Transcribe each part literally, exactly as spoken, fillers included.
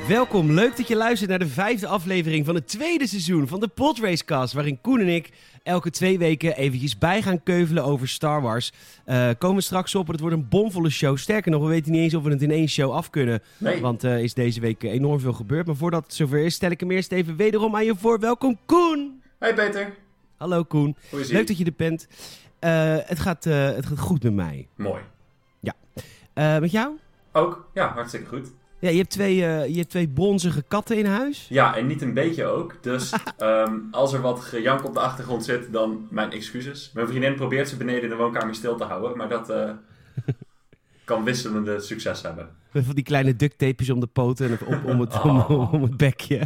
Welkom, leuk dat je luistert naar de vijfde aflevering van het tweede seizoen van de Podracecast, waarin Koen en ik elke twee weken eventjes bij gaan keuvelen over Star Wars. Uh, komen we straks op, het wordt een bomvolle show. Sterker nog, we weten niet eens of we het in één show af kunnen, nee. want er uh, is deze week enorm veel gebeurd. Maar voordat het zover is, stel ik hem eerst even wederom aan je voor. Welkom, Koen! Hey Peter! Hallo Koen, leuk dat je er bent. Uh, het, gaat, uh, het gaat goed met mij. Mooi. Ja. Uh, met jou? Ook, ja, hartstikke goed. Ja, je hebt twee, uh, je hebt twee bonzige katten in huis. Ja, en niet een beetje ook. Dus um, als er wat gejank op de achtergrond zit, dan mijn excuses. Mijn vriendin probeert ze beneden in de woonkamer stil te houden, maar dat uh, kan wisselende succes hebben. Met van die kleine ducttapes om de poten en om, om, het, oh. om, om het bekje.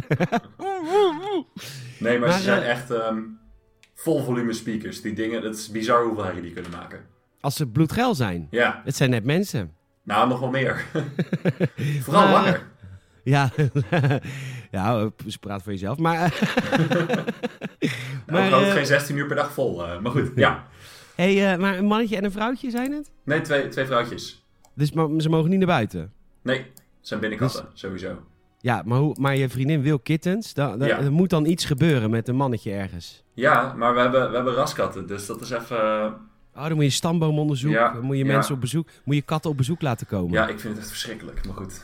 Nee, maar, maar ze zijn uh, echt um, vol volume speakers. Die dingen, het is bizar hoeveel herrie die kunnen maken. Als ze bloedgeil zijn. Ja. Het zijn net mensen. Nou, nog wel meer. Vooral uh, langer. Ja, ja, ze praat voor jezelf. Maar, nou, maar ik houd uh, geen zestien uur per dag vol. Uh, maar goed, ja. Hey, uh, maar een mannetje en een vrouwtje zijn het? Nee, twee, twee vrouwtjes. Dus maar, ze mogen niet naar buiten? Nee, het zijn binnenkatten, dus, sowieso. Ja, maar, hoe, maar je vriendin wil kittens. Da, da, ja. Er moet dan iets gebeuren met een mannetje ergens. Ja, maar we hebben, we hebben raskatten, dus dat is even... Uh, Oh, dan moet je stamboomonderzoek, ja, dan moet je ja. mensen op bezoek, moet je katten op bezoek laten komen. Ja, ik vind het echt verschrikkelijk, maar goed.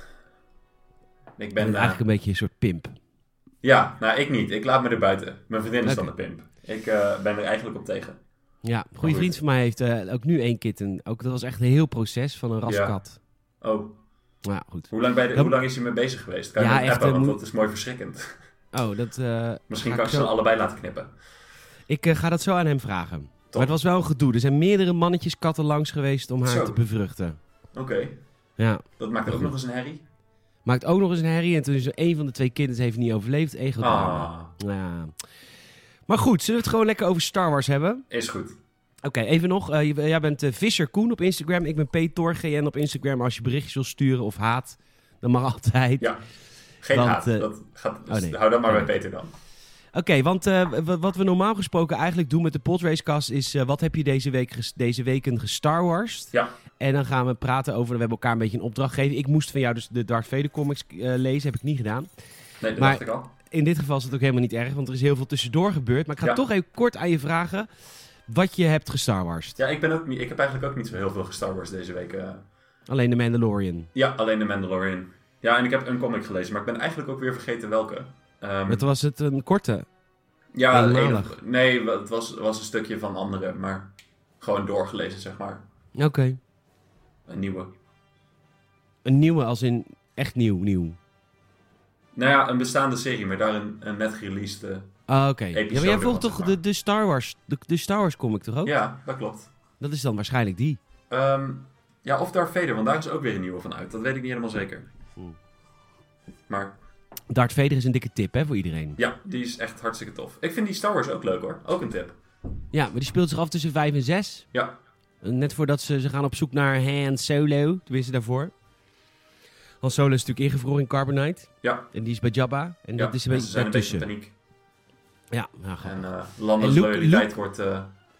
Ik ben uh, eigenlijk een beetje een soort pimp. Ja, nou ik niet. Ik laat me er buiten. Mijn vriendin is okay. dan de pimp. Ik uh, ben er eigenlijk op tegen. Ja, een goede vriend van mij heeft uh, ook nu één kitten. Ook, dat was echt een heel proces van een raskat. Ja. Oh. Ja, goed. Hoe lang, bij de, dan... hoe lang is hij mee bezez geweest? Kan je ja, echt, appen, want moet... dat is mooi verschrikkend. Oh, dat... Uh, Misschien kan ik ze zo... allebei laten knippen. Ik uh, ga dat zo aan hem vragen. Maar het was wel een gedoe. Er zijn meerdere mannetjes katten langs geweest om haar Zo. te bevruchten. Oké. Okay. Ja. Dat maakt ook nog eens een herrie? Maakt ook nog eens een herrie. En toen is er een van de twee kinderen heeft niet overleefd. Ego ah. Ja. Maar goed, zullen we het gewoon lekker over Star Wars hebben? Is goed. Oké, okay, even nog. Uh, jij bent uh, Visser Koen op Instagram. Ik ben Peter G N op Instagram. Als je berichtjes wil sturen of haat, dan mag altijd. Ja, geen Want, haat. Uh, dat gaat, dus oh nee. Hou dat maar oh, bij nee. Peter dan. Oké, okay, want uh, wat we normaal gesproken eigenlijk doen met de Podracecast is... Uh, wat heb je deze, week ges- deze weken gestarwarst? Ja. En dan gaan we praten over... We hebben elkaar een beetje een opdracht gegeven. Ik moest van jou dus de Darth Vader comics uh, lezen. Heb ik niet gedaan. Nee, dat maar dacht ik al. In dit geval is het ook helemaal niet erg, want er is heel veel tussendoor gebeurd. Maar ik ga ja. toch even kort aan je vragen wat je hebt gestarwarst. Ja, ik, ben ook niet, ik heb eigenlijk ook niet zo heel veel gestarwarst deze week. Uh... Alleen de Mandalorian? Ja, alleen de Mandalorian. Ja, en ik heb een comic gelezen, maar ik ben eigenlijk ook weer vergeten welke. Um... Wat was het? Een korte? Ja, een, nee, het was, was een stukje van andere, maar gewoon doorgelezen, zeg maar. Oké. Okay. Een nieuwe. Een nieuwe als in echt nieuw, nieuw? Nou ja, een bestaande serie, maar daar een, een net gereleased uh, ah, oké. Okay. Ja, maar jij volgt toch de, de Star Wars, de, de Star Wars comic toch ook? Ja, dat klopt. Dat is dan waarschijnlijk die. Um, ja, of Darth Vader, want daar is ook weer een nieuwe van uit. Dat weet ik niet helemaal zeker. Hmm. Maar... Darth Vader is een dikke tip, hè, voor iedereen. Ja, die is echt hartstikke tof. Ik vind die Star Wars ook leuk, hoor. Ook een tip. Ja, maar die speelt zich af tussen vijf en zes. Ja. Net voordat ze, ze gaan op zoek naar Han Solo, tenminste daarvoor. Han Solo is natuurlijk ingevroren in Carbonite. Ja. En die is bij Jabba. En ja, dat is een beetje daartussen. Een beetje in paniek. Ja, nou, en uh, Lando's Luke, loyaliteit Luke, wordt... Uh...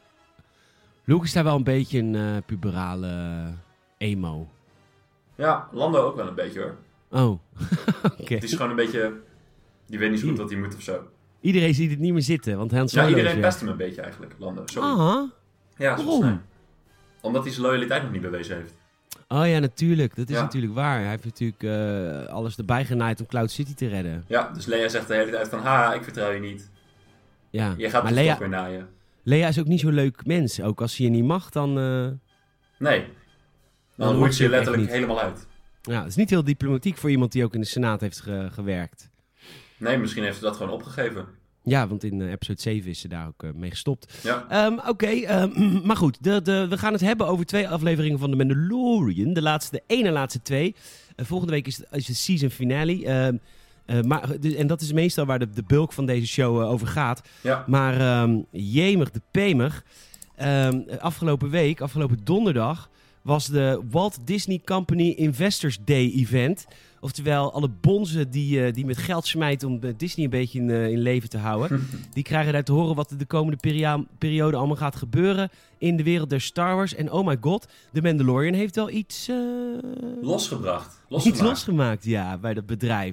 Luke is daar wel een beetje een uh, puberale uh, emo. Ja, Lando ook wel een beetje, hoor. Oh, oké. Okay. Het is gewoon een beetje... Die weet niet zo goed wat hij moet of zo. Iedereen ziet het niet meer zitten, want Han Solo... Ja, iedereen pest hem een beetje eigenlijk, Lando. Sorry. Ah, ja, zo snel. Omdat hij zijn loyaliteit nog niet bewezen heeft. Oh ja, natuurlijk. Dat is ja. natuurlijk waar. Hij heeft natuurlijk uh, alles erbij genaaid om Cloud City te redden. Ja, dus Leia zegt de hele tijd van... Ha, ik vertrouw je niet. Ja. Je gaat maar dus Leia, toch weer naaien. Leia is ook niet zo'n leuk mens. Ook als ze je niet mag, dan... Uh, nee. Dan, dan roeit ze je letterlijk helemaal uit. Ja, het is niet heel diplomatiek voor iemand die ook in de Senaat heeft ge- gewerkt. Nee, misschien heeft ze dat gewoon opgegeven. Ja, want in uh, episode zeven is ze daar ook uh, mee gestopt. Ja. Um, Oké, okay, um, maar goed. De, de, we gaan het hebben over twee afleveringen van The Mandalorian. De laatste, de ene laatste twee. Uh, volgende week is, is de season finale. Uh, uh, maar, de, en dat is meestal waar de, de bulk van deze show uh, over gaat. Ja. Maar um, jemig de pemig. Um, afgelopen week, afgelopen donderdag... was de Walt Disney Company Investors Day event. Oftewel, alle bonzen die, uh, die met geld smijten om uh, Disney een beetje in, uh, in leven te houden. Die krijgen daar te horen wat er de komende peria- periode allemaal gaat gebeuren in de wereld der Star Wars. En oh my god, The Mandalorian heeft wel iets... Uh, losgebracht. Iets losgemaakt, ja, bij dat bedrijf.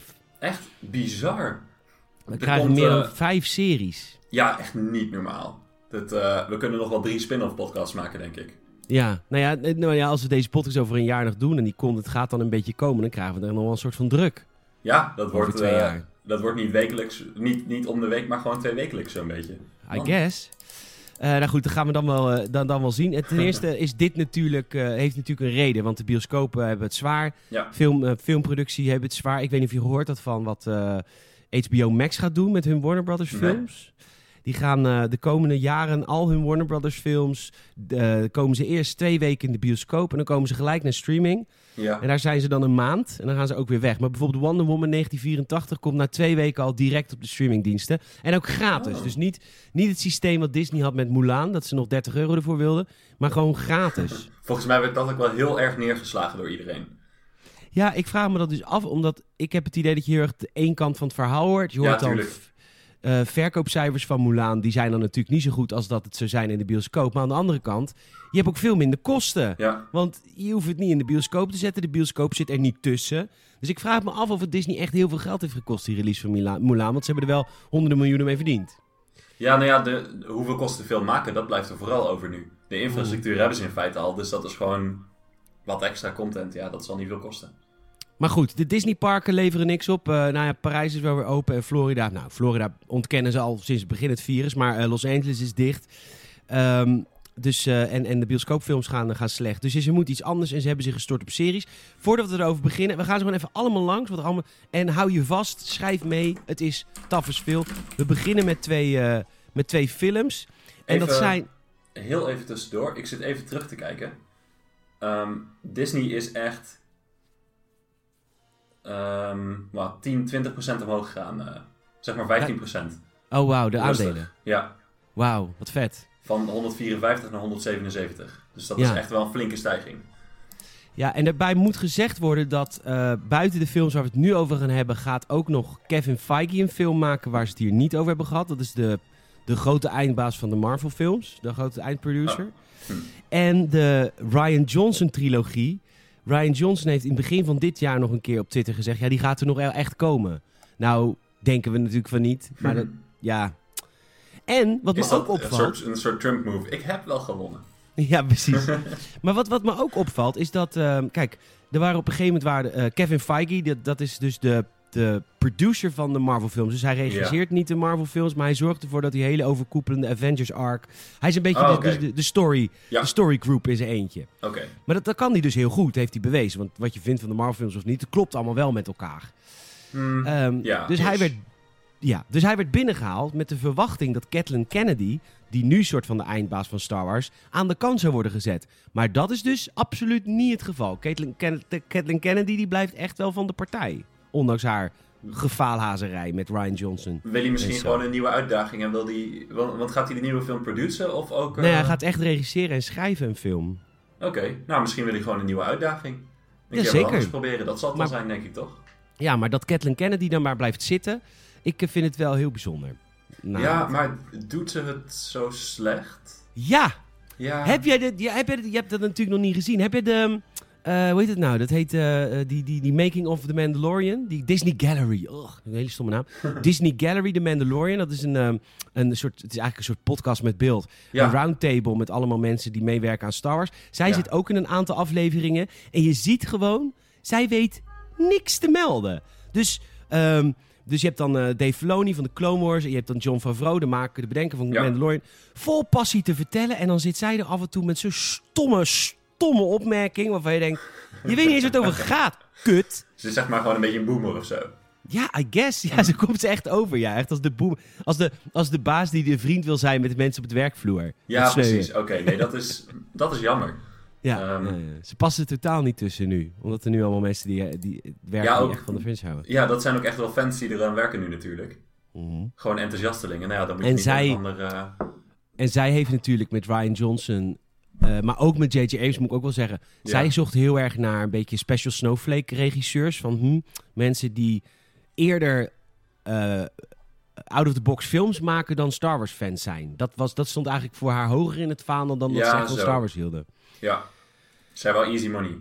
echt bizar. We Er krijgen komt, meer uh, dan vijf series. Ja, echt niet normaal. Dat, uh, we kunnen nog wel drie spin-off podcasts maken, denk ik. Ja, nou ja, nou ja, als we deze podcast over een jaar nog doen en die komt, het gaat dan een beetje komen, dan krijgen we er nog wel een soort van druk. Ja, dat over wordt, twee uh, jaar. Dat wordt niet wekelijks, niet, niet om de week, maar gewoon twee wekelijks zo'n beetje. I Man. guess. Uh, nou goed, dat gaan we dan wel, uh, dan, dan wel zien. En ten eerste is dit natuurlijk, uh, heeft natuurlijk een reden, want de bioscopen hebben het zwaar. Ja. Film, uh, filmproductie hebben het zwaar. Ik weet niet of je gehoord had van wat uh, H B O Max gaat doen met hun Warner Brothers Nee. films. Die gaan uh, de komende jaren al hun Warner Brothers films, uh, komen ze eerst twee weken in de bioscoop en dan komen ze gelijk naar streaming. Ja. En daar zijn ze dan een maand en dan gaan ze ook weer weg. Maar bijvoorbeeld Wonder Woman negentien vierentachtig komt na twee weken al direct op de streamingdiensten. En ook gratis. Oh. Dus niet, niet het systeem wat Disney had met Mulan, dat ze nog dertig euro ervoor wilden, maar gewoon gratis. Volgens mij werd dat ook wel heel erg neergeslagen door iedereen. Ja, ik vraag me dat dus af, omdat ik heb het idee dat je heel erg de één kant van het verhaal hoort. Je Ja, hoort dan tuurlijk. uh, verkoopcijfers van Mulan, die zijn dan natuurlijk niet zo goed als dat het zou zijn in de bioscoop. Maar aan de andere kant, je hebt ook veel minder kosten. Ja. Want je hoeft het niet in de bioscoop te zetten. De bioscoop zit er niet tussen. Dus ik vraag me af of het Disney echt heel veel geld heeft gekost, die release van Mila- Mulan. Want ze hebben er wel honderden miljoenen mee verdiend. Ja, nou ja, de, de- hoeveel kost de film maken, dat blijft er vooral over nu. De infrastructuur hebben ze in feite al, dus dat is gewoon wat extra content. Ja, dat zal niet veel kosten. Maar goed, de Disneyparken leveren niks op. Uh, nou ja, Parijs is wel weer open en Florida. Nou, Florida ontkennen ze al sinds het begin het virus. Maar uh, Los Angeles is dicht. Um, dus, uh, en, en de bioscoopfilms gaan, gaan slecht. Dus ze moeten iets anders en ze hebben zich gestort op series. Voordat we erover beginnen, we gaan ze gewoon even allemaal langs. Wat er allemaal, en hou je vast, schrijf mee. Het is tough as veel. We beginnen met twee, uh, met twee films. En Even, dat zijn... Heel even tussendoor, ik zit even terug te kijken. Um, Disney is echt um, well, tien, twintig procent omhoog gegaan. Uh, zeg maar vijftien procent. Oh wauw, de Rustig. aandelen. Ja, Wauw, wat vet. van honderdvierenvijftig naar honderdzevenenzeventig. Dus dat Ja. is echt wel een flinke stijging. Ja, en daarbij moet gezegd worden dat uh, buiten de films waar we het nu over gaan hebben, gaat ook nog Kevin Feige een film maken waar ze het hier niet over hebben gehad. Dat is de, de grote eindbaas van de Marvel films, de grote eindproducer. Oh. Hm. En de Rian Johnson trilogie. Rian Johnson heeft in het begin van dit jaar nog een keer op Twitter gezegd, ja, die gaat er nog wel echt komen. Nou, denken we natuurlijk van niet, maar dat, ja. En wat Is me ook dat opvalt... een soort, een soort Trump-move? Ik heb wel gewonnen. Ja, precies. Maar wat, wat me ook opvalt is dat... Uh, kijk, er waren op een gegeven moment... Waren, uh, Kevin Feige, dat, dat is dus de, de producer van de Marvel films. Dus hij regisseert ja. niet de Marvel films, maar hij zorgt ervoor dat die hele overkoepelende Avengers arc... Hij is een beetje oh, de, okay. de, de, story, ja. de story group in zijn eentje. Okay. Maar dat, dat kan hij dus heel goed, heeft hij bewezen. Want wat je vindt van de Marvel films of niet, het klopt allemaal wel met elkaar. Mm, um, ja, dus, hij werd, ja, dus hij werd binnengehaald met de verwachting dat Kathleen Kennedy, die nu soort van de eindbaas van Star Wars, aan de kant zou worden gezet. Maar dat is dus absoluut niet het geval. Kathleen, Ken- Kathleen Kennedy die blijft echt wel van de partij. Ondanks haar gefaalhazerij met Rian Johnson. Wil hij misschien gewoon een nieuwe uitdaging en wil die, want, want gaat hij de nieuwe film produceren of ook... Uh... Nee, hij gaat echt regisseren en schrijven een film. Oké, okay. Nou misschien wil hij gewoon een nieuwe uitdaging. Een ja, keer zeker. anders proberen, dat zal het maar, wel zijn, denk ik, toch? Ja, maar dat Kathleen Kennedy dan maar blijft zitten, ik vind het wel heel bijzonder. Nou, ja, maar doet ze het zo slecht? Ja! Ja. Heb jij dit, ja, heb jij dit, je hebt dat natuurlijk nog niet gezien. Heb je de... Uh, hoe heet het nou? Dat heet uh, die, die, die Making of The Mandalorian. Die Disney Gallery. Oh, een hele stomme naam. Disney Gallery The Mandalorian. Dat is een, um, een soort... Het is eigenlijk een soort podcast met beeld. Ja. Een roundtable met allemaal mensen die meewerken aan Star Wars. Zij ja. zit ook in een aantal afleveringen. En je ziet gewoon... Zij weet niks te melden. Dus... Um, Dus je hebt dan uh, Dave Filoni van de Clone Wars. En je hebt dan Jon Favreau, de maker, de bedenker van ja. Mandalorian. Vol passie te vertellen. En dan zit zij er af en toe met zo'n stomme, stomme opmerking. Waarvan je denkt, je weet niet eens wat het over gaat. Kut. Ze is zeg maar gewoon een beetje een boomer of zo. Ja, I guess. Ja, zo komt ze echt over. Ja, echt als de boom, als de, als de baas die de vriend wil zijn met de mensen op het werkvloer. Ja, precies. Oké, okay, nee, dat is, dat is jammer. Ja, um, ja, ja, ze passen er totaal niet tussen nu. Omdat er nu allemaal mensen die, die werken ja, ook, die echt van de Fringe houden. Ja, dat zijn ook echt wel fans die eraan werken nu natuurlijk. Mm-hmm. Gewoon enthousiastelingen. Nou ja, dan moet je en niet zij, een ander... Uh... En zij heeft natuurlijk met Rian Johnson... Uh, maar ook met J J Abrams moet ik ook wel zeggen... Ja. Zij zocht heel erg naar een beetje special snowflake regisseurs. Van hm, mensen die eerder... Uh, out-of-the-box films maken dan Star Wars fans zijn. Dat, was, dat stond eigenlijk voor haar hoger in het vaandel dan dat ja, ze echt van Star Wars hielden. Ja, zij wel easy money.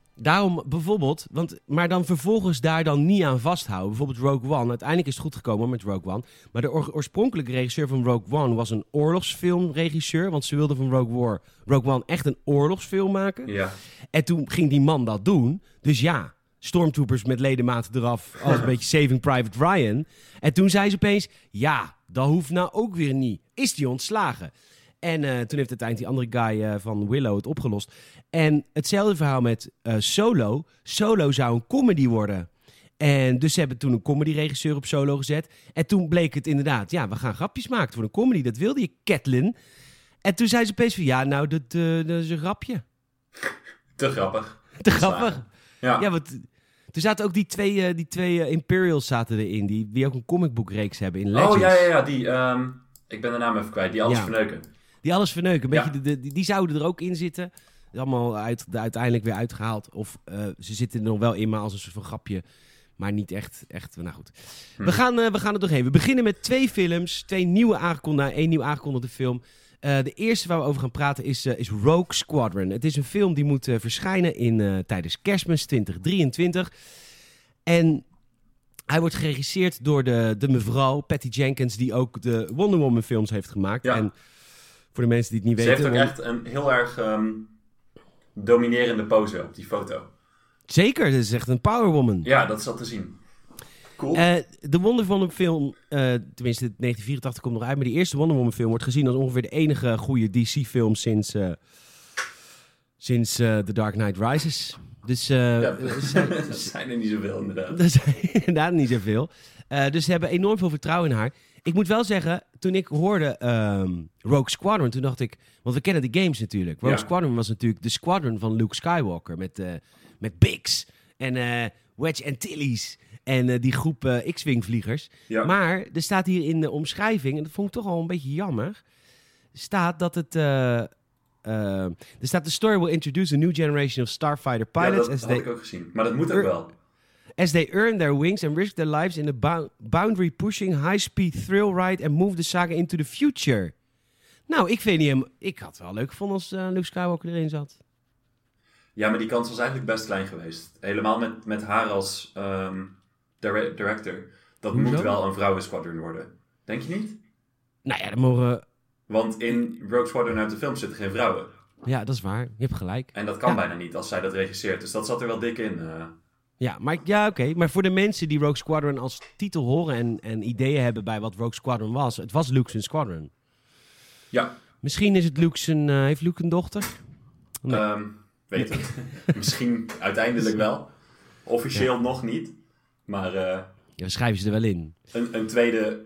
Daarom bijvoorbeeld, want, maar dan vervolgens daar dan niet aan vasthouden. Bijvoorbeeld Rogue One. Uiteindelijk is het goed gekomen met Rogue One. Maar de or- oorspronkelijke regisseur van Rogue One was een oorlogsfilmregisseur. Want ze wilden van Rogue, War, Rogue One echt een oorlogsfilm maken. Ja. En toen ging die man dat doen. Dus ja, stormtroopers met ledematen eraf. Als een beetje Saving Private Ryan. En toen zei ze opeens, ja, dat hoeft nou ook weer niet. Is die ontslagen? En uh, toen heeft uiteindelijk die andere guy uh, van Willow het opgelost. En hetzelfde verhaal met uh, Solo. Solo zou een comedy worden. En dus ze hebben toen een comedy-regisseur op Solo gezet. En toen bleek het inderdaad, ja, we gaan grapjes maken voor een comedy. Dat wilde je, Kathleen. En toen zei ze opeens van, ja, nou, dat, uh, dat is een grapje. Te grappig. Te grappig. Ja, ja want er zaten ook die twee, uh, die twee uh, Imperials zaten erin. Die, die ook een comicboekreeks hebben in Legends. Oh, ja, ja, ja. Die, um, ik ben de naam even kwijt. Die alles ja. verneuken. Die alles verneuken. Een Ja. beetje de, de, die zouden er ook in zitten. Allemaal uit, de, uiteindelijk weer uitgehaald. Of uh, ze zitten er nog wel in, maar als een soort van grapje. Maar niet echt. echt nou goed. Hm. We, gaan, uh, we gaan er doorheen. We beginnen met twee films. Twee nieuwe aangekondigde. één nieuw aangekondigde film. Uh, de eerste waar we over gaan praten is, uh, is Rogue Squadron. Het is een film die moet uh, verschijnen in, uh, tijdens Kerstmis twintig drieëntwintig. En hij wordt geregisseerd door de, de mevrouw Patty Jenkins, die ook de Wonder Woman films heeft gemaakt. Ja. En voor de mensen die het niet Ze weten... heeft ook want- echt een heel erg um, dominerende pose op die foto. Zeker, dat is echt een power woman. Ja, dat is al te zien. Cool. Uh, de Wonder Woman film, uh, tenminste negentien vierentachtig komt nog uit, maar die eerste Wonder Woman film wordt gezien als ongeveer de enige goede D C film sinds, uh, sinds uh, The Dark Knight Rises. Dus uh, ja, er zijn, dat zijn er niet zoveel inderdaad. er zijn inderdaad niet zoveel. Uh, dus ze hebben enorm veel vertrouwen in haar. Ik moet wel zeggen, toen ik hoorde um, Rogue Squadron, toen dacht ik, want we kennen de games natuurlijk. Rogue Ja. Squadron was natuurlijk de squadron van Luke Skywalker met, uh, met Biggs en uh, Wedge Antilles en uh, die groep uh, X-Wing vliegers. Ja. Maar er staat hier in de omschrijving, en dat vond ik toch al een beetje jammer, staat dat het... Uh, uh, er staat, the story will introduce a new generation of starfighter Ja, pilots dat as, had they, ik ook gezien. Maar dat moet ook Er- wel. as they earn their wings and risk their lives in a bou- boundary-pushing, high-speed thrill ride and move the saga into the future. Nou, ik weet niet hem. Ik had het wel leuk gevonden als uh, Luke Skywalker erin zat. Ja, maar die kans was eigenlijk best klein geweest. Helemaal met, met haar als um, dire- director. Dat Hoezo? moet wel een vrouwensquadron worden. Denk je niet? Nou ja, dan mogen... Want in Rogue Squadron uit de film zitten geen vrouwen. Ja, dat is waar. Je hebt gelijk. En dat kan Ja. bijna niet als zij dat regisseert. Dus dat zat er wel dik in. Uh. Ja, maar ja, oké. Maar voor de mensen die Rogue Squadron als titel horen en, en ideeën hebben bij wat Rogue Squadron was. Het was Luke's Squadron. Ja, Misschien is het Luke's een... Uh, heeft Luke een dochter? Nee. um, weet het. Misschien uiteindelijk wel. Officieel nog niet. Maar uh, Ja, schrijven ze er wel in. een, een tweede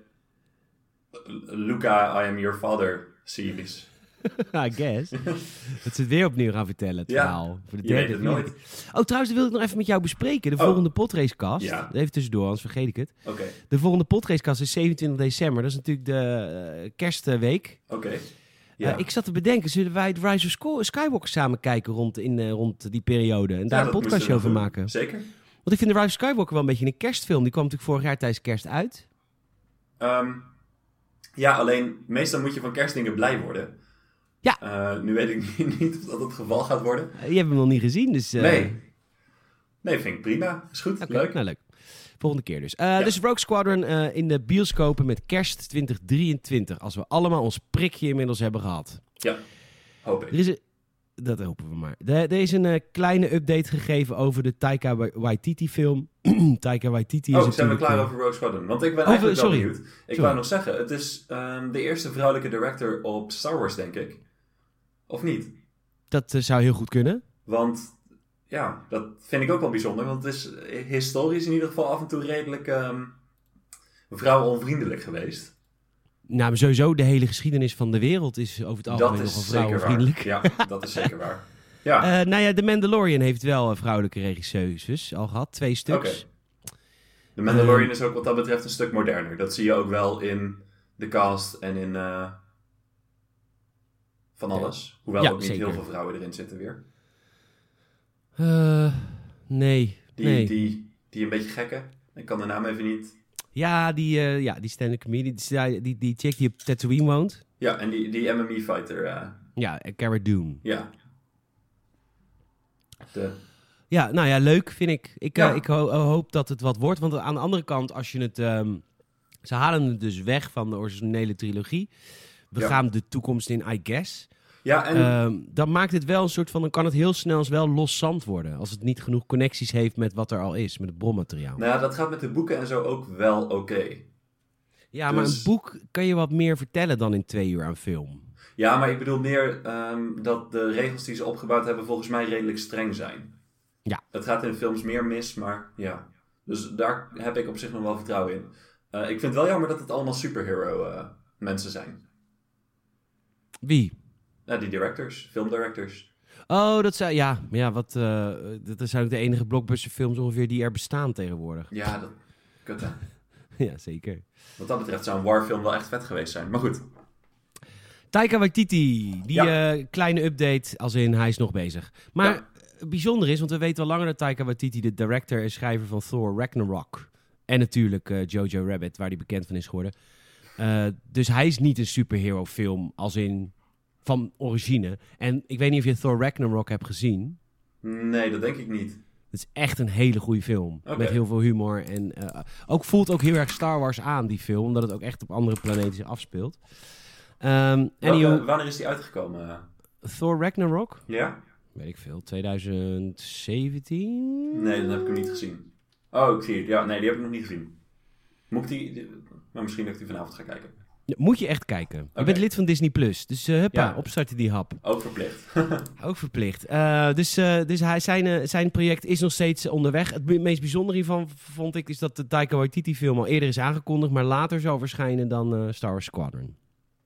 Luca, I am your father series. I guess. Dat ze het weer opnieuw gaan vertellen, het Ja, verhaal. Voor de Je weet derde, het vierde nooit. keer. Oh, trouwens, dat wil ik nog even met jou bespreken. De Oh. volgende podracecast. Ja. Even tussendoor, anders vergeet ik het. Oké, De volgende podracecast is zevenentwintig december. Dat is natuurlijk de uh, kerstweek. oké. Uh, Ja. ik zat te bedenken, zullen wij The Rise of Sco- Skywalker samen kijken rond, in, uh, rond die periode? En Ja, daar een dat podcastje moesten we over doen. maken. Zeker. Want ik vind The Rise of Skywalker wel een beetje een kerstfilm. Die kwam natuurlijk vorig jaar tijdens kerst uit. Um, ja, alleen meestal moet je van kerstdingen blij worden. Ja. Uh, nu weet ik niet of dat het geval gaat worden. Uh, je hebt hem nog niet gezien, dus... Uh, Nee. Nee, vind ik prima. Is goed. Oké, Leuk. nou leuk. Volgende keer dus. Uh, Dus Rogue Squadron uh, in de bioscopen met kerst twintig drieëntwintig. Als we allemaal ons prikje inmiddels hebben gehad. Ja, hoop ik. Er is een, dat hopen we maar. Er, er is een uh, kleine update gegeven over de Taika Wa- Waititi film. Taika Waititi is Oh, zijn we natuurlijk, klaar uh, over Rogue Squadron? Want ik ben Over- eigenlijk wel sorry. benieuwd. Ik Sorry. wou nog zeggen, het is um, de eerste vrouwelijke director op Star Wars, denk ik. Of niet? Dat uh, zou heel goed kunnen. Want ja, dat vind ik ook wel bijzonder. Want het is historisch in ieder geval af en toe redelijk um, vrouwenonvriendelijk geweest. Nou, maar sowieso de hele geschiedenis van de wereld is over het Dat algemeen is nogal zeker waar. vrouwenvriendelijk. Ja, dat is zeker waar. Ja, Uh, nou ja, The Mandalorian heeft wel uh, vrouwelijke regisseuses al gehad. Twee stuks. Oké. de Mandalorian uh, is ook wat dat betreft een stuk moderner. Dat zie je ook wel in de cast en in uh, van alles. Hoewel Ja, ook niet zeker. heel veel vrouwen erin zitten weer. Uh, nee. Die, nee. die, die een beetje gekke. Ik kan de naam even niet. Ja, die, uh, ja, die stand-up comedian. Die, die, die chick die op Tatooine woont. Ja, en die, die M M E-fighter. Uh, Ja, Cara Dune. ja. De, Ja, nou ja, leuk vind ik. Ik, Ja. uh, ik ho- hoop dat het wat wordt. Want aan de andere kant, als je het... Um, ze halen het dus weg van de originele trilogie. We Ja. gaan de toekomst in, I guess. Ja, en Um, dan maakt het wel een soort van... Dan kan het heel snel eens wel los zand worden. Als het niet genoeg connecties heeft met wat er al is. Met het bronmateriaal. nou ja, dat gaat met de boeken en zo ook wel oké. Okay. Ja, maar dus- een boek kan je wat meer vertellen dan in twee uur aan film. Ja, maar ik bedoel meer um, dat de regels die ze opgebouwd hebben volgens mij redelijk streng zijn. Ja. Het gaat in films meer mis, maar ja. Dus daar heb ik op zich nog wel vertrouwen in. Uh, ik vind het wel jammer dat het allemaal superhero uh, mensen zijn. Wie? Ja, die directors, filmdirectors. Oh, dat zijn... Ja, maar ja, wat... Uh, dat zijn ook de enige blockbusterfilms ongeveer die er bestaan tegenwoordig. Ja, dat... Kut, hè? Ja, zeker. Wat dat betreft zou een warfilm wel echt vet geweest zijn. Maar goed. Taika Waititi, die Ja. uh, kleine update, als in hij is nog bezig. Maar Ja. bijzonder is, want we weten al langer dat Taika Waititi de director en schrijver van Thor Ragnarok. En natuurlijk uh, Jojo Rabbit, waar hij bekend van is geworden. Uh, dus hij is niet een superhero film als in van origine. En ik weet niet of je Thor Ragnarok hebt gezien. Nee, dat denk ik niet. Het is echt een hele goede film. Okay. Met heel veel humor. En uh, ook voelt ook heel erg Star Wars aan, die film. Omdat het ook echt op andere planeten zich afspeelt. Um, Welke, anywho, wanneer is die uitgekomen? Thor Ragnarok? Ja? Weet ik veel. twintig zeventien? Nee, dan heb ik hem niet gezien. Oh, ik zie het. Ja, nee, die heb ik nog niet gezien. Moet ik die... die maar misschien dat ik die vanavond ga kijken. Ja, moet je echt kijken. Je Okay. bent lid van Disney Plus. Dus uh, huppa, Ja. opstarten die hap. Ook verplicht. Ook verplicht. Uh, dus uh, dus hij, zijn, uh, zijn project is nog steeds onderweg. Het be- meest bijzondere hiervan vond ik is dat de Taika Waititi film al eerder is aangekondigd, maar later zou verschijnen dan uh, Star Wars Squadron.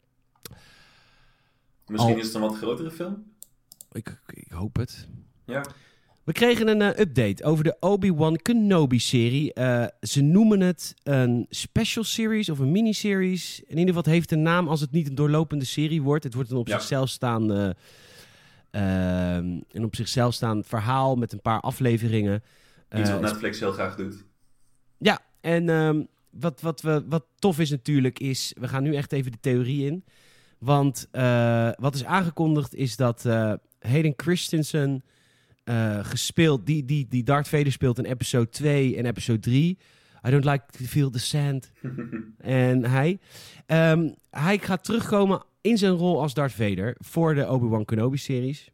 Misschien Al- is het een wat grotere film? Ik, ik hoop het. Ja. We kregen een uh, update over de Obi-Wan Kenobi-serie. Uh, ze noemen het een special series of een miniseries. In ieder geval, het heeft een naam als het niet een doorlopende serie wordt. Het wordt een op Ja. zichzelf staande, uh, een op zichzelf staand verhaal met een paar afleveringen. Iets Uh, wat Netflix heel graag doet. Ja, en um, wat, wat, we, wat tof is natuurlijk is... We gaan nu echt even de theorie in. Want uh, wat is aangekondigd is dat uh, Hayden Christensen... Uh, gespeeld, die, die, die Darth Vader speelt in episode twee en episode drie. I don't like to feel the sand. En hij, um, hij gaat terugkomen in zijn rol als Darth Vader voor de Obi-Wan Kenobi-series.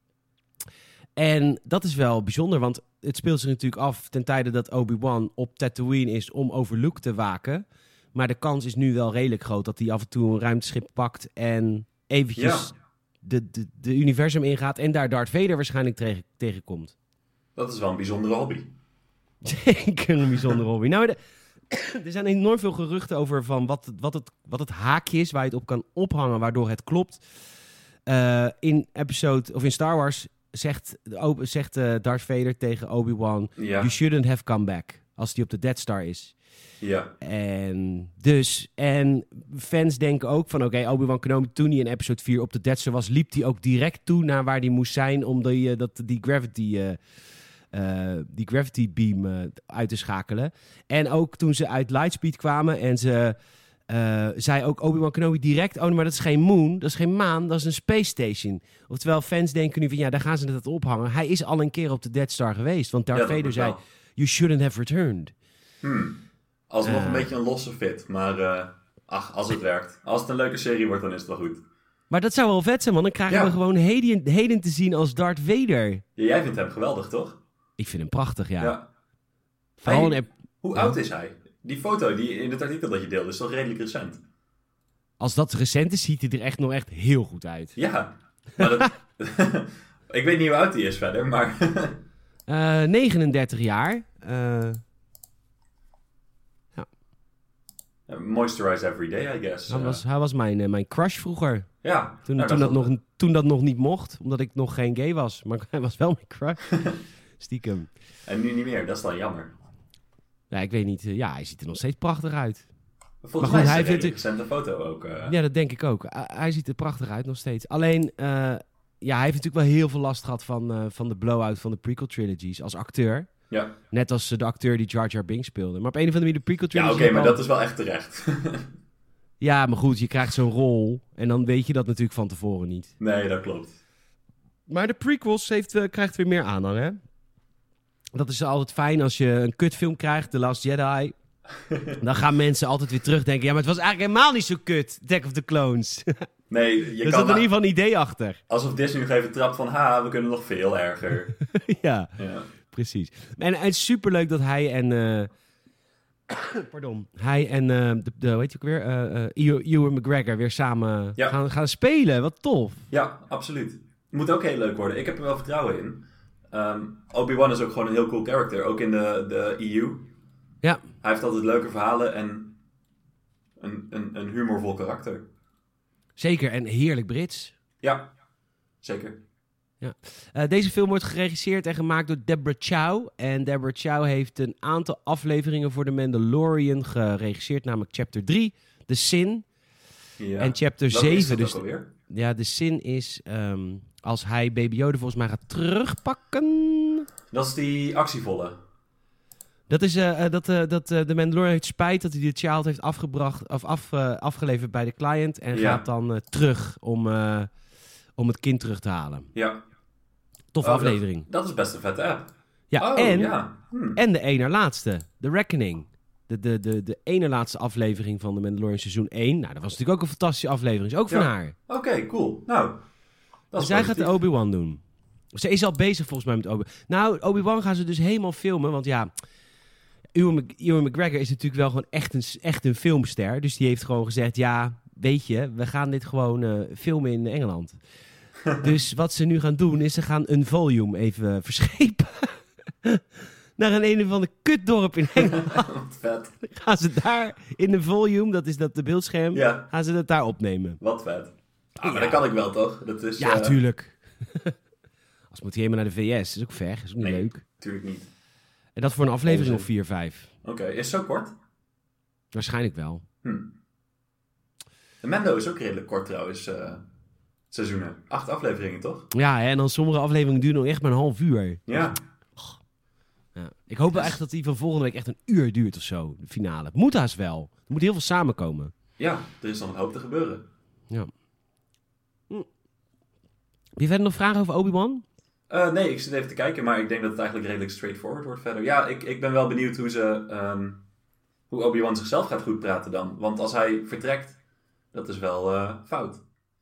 En dat is wel bijzonder, want het speelt zich natuurlijk af ten tijde dat Obi-Wan op Tatooine is om over Luke te waken. Maar de kans is nu wel redelijk groot dat hij af en toe een ruimteschip pakt en eventjes... Ja. De, de, de universum ingaat en daar Darth Vader waarschijnlijk tegen, tegenkomt. Dat is wel een bijzondere hobby. Zeker een bijzondere hobby. Nou, de, er zijn enorm veel geruchten over van wat, wat, het, wat het haakje is waar je het op kan ophangen, waardoor het klopt. Uh, in episode, of in Star Wars zegt, zegt uh, Darth Vader tegen Obi-Wan, Ja. you shouldn't have come back, als hij op de Death Star is. Ja. En dus, en fans denken ook van, oké, okay, Obi-Wan Kenobi, toen hij in episode vier op de Death Star was, liep hij ook direct toe naar waar hij moest zijn om die, uh, dat, die gravity, uh, uh, die gravity beam uh, uit te schakelen. En ook toen ze uit Lightspeed kwamen en ze uh, zei ook Obi-Wan Kenobi direct, oh, maar dat is geen moon, dat is geen maan, dat is een space station. Oftewel, fans denken nu van, ja, daar gaan ze het ophangen. Hij is al een keer op de Death Star geweest, want Darth Ja, dat Vader moet zei, wel. you shouldn't have returned. Hmm. Alsnog Uh. een beetje een losse fit. Maar uh, ach, als het werkt. Als het een leuke serie wordt, dan is het wel goed. Maar dat zou wel vet zijn, man. Dan krijgen Ja. we gewoon Hayden, Hayden te zien als Darth Vader. Ja, jij vindt hem geweldig, toch? Ik vind hem prachtig, ja. Ja. Vooral Hey, een ep- Hoe Ja. oud is hij? Die foto die in het artikel dat je deelde is toch redelijk recent? als dat recent is, ziet hij er echt nog echt heel goed uit. Ja. Maar dat... Ik weet niet hoe oud hij is verder, maar... Uh, negenendertig jaar. Uh, Moisturize every day, I guess. hij, Uh, was, hij was mijn, uh, mijn crush vroeger. ja. Toen, nou, toen, dat dat nog, toen dat nog niet mocht, omdat ik nog geen gay was. Maar hij was wel mijn crush. Stiekem. En nu niet meer, dat is dan jammer. Ja, ik weet niet. uh, ja, hij ziet er nog steeds prachtig uit. Volgens Maar goed, mij is hij het een vindt redelijk recente foto ook. uh. Ja, dat denk ik ook. Uh, hij ziet er prachtig uit nog steeds. Alleen, uh, ja, hij heeft natuurlijk wel heel veel last gehad van, uh, van de blow-out van de prequel trilogies als acteur. Ja, Net als uh, de acteur die Jar Jar Binks speelde. Maar op een of andere manier de prequel ja trilogy... oké, maar wel- dat is wel echt terecht. Ja, maar goed, je krijgt zo'n rol en dan weet je dat natuurlijk van tevoren niet. Nee, dat klopt. Maar de prequels heeft, uh, krijgt weer meer aanhang, hè? Dat is altijd fijn als je een kutfilm krijgt, The Last Jedi. Dan gaan mensen altijd weer terugdenken. Ja, maar het was eigenlijk helemaal niet zo kut, Attack of the Clones. Nee, je er kan zat in maar- ieder geval een idee achter. Alsof Disney nog even trapt van, ha, we kunnen nog veel erger. Ja, Ja. precies. En het is superleuk dat hij en... eh, pardon. Hij en, eh, de, de, hoe heet je ook weer? Eh, eh, Ewan Ewan McGregor weer samen Ja. gaan, gaan spelen. Wat tof. Ja, absoluut. Moet ook heel leuk worden. Ik heb er wel vertrouwen in. Ehm, Obi-Wan is ook gewoon een heel cool character. Ook in de, de E U. Ja, Hij heeft altijd leuke verhalen en een, een, een humorvol karakter. zeker. En heerlijk Brits. Ja, zeker. Uh, deze film wordt geregisseerd en gemaakt door Deborah Chow. En Deborah Chow heeft een aantal afleveringen voor The Mandalorian geregisseerd. Namelijk chapter drie, The Sin. Ja. En chapter Welke is zeven. dat Dus ook alweer? ja, The Sin is ehm, als hij Baby Yoda volgens mij gaat terugpakken. Dat is die actievolle. Dat is eh, eh, dat, eh, dat eh, de Mandalorian heeft spijt dat hij de child heeft afgebracht, of af, eh, afgeleverd bij de client. En Ja. gaat dan eh, terug om, eh, om het kind terug te halen. Ja. Tof Oh, aflevering. Dat, dat is best een vette app. Ja, oh, en, ja. Hm. en de ene laatste, The Reckoning. De, de, de, de ene laatste aflevering van de Mandalorian seizoen één. Nou, dat was natuurlijk ook een fantastische aflevering. Is ook van Ja. haar. Oké, cool. Nou, dat Dus is zij gaat positief. de Obi-Wan doen. Ze is al bezig volgens mij met Obi-Wan. Nou, Obi-Wan gaan ze dus helemaal filmen. Want ja, Ewan Mc- Ewan McGregor is natuurlijk wel gewoon echt een, echt een filmster. Dus die heeft gewoon gezegd, ja, weet je, we gaan dit gewoon eh, filmen in Engeland. Dus wat ze nu gaan doen, is ze gaan een volume even verschepen. Naar een een of ander kutdorp in Engeland. Wat vet. Gaan ze daar in de volume, dat is dat de beeldscherm, Ja, gaan ze dat daar opnemen. wat vet. Ah, maar Ja. dat kan ik wel, toch? Dat is, Ja, eh, tuurlijk. Als moet hij helemaal naar de V S. Dat is ook ver, dat is ook niet Nee. leuk. Tuurlijk niet. En dat voor een aflevering of Onzin. vier, vijf. Oké, is het zo kort? Waarschijnlijk wel. Hm. De Mando is ook redelijk kort trouwens. eh, seizoenen. Acht afleveringen, toch? Ja, hè, en dan sommige afleveringen duren nog echt maar een half uur. Ja. Ja. Ik hoop wel echt dat die van volgende week echt een uur duurt of zo, de finale. Het moet haast wel. Er moet heel veel samenkomen. Ja, er is nog een hoop te gebeuren. Ja. Hm. Heb je verder nog vragen over Obi-Wan? Eh, nee, ik zit even te kijken, maar ik denk dat het eigenlijk redelijk straightforward wordt verder. Ja, ik, ik ben wel benieuwd hoe ze, ehm, hoe Obi-Wan zichzelf gaat goed praten dan. Want als hij vertrekt, dat is wel eh, fout.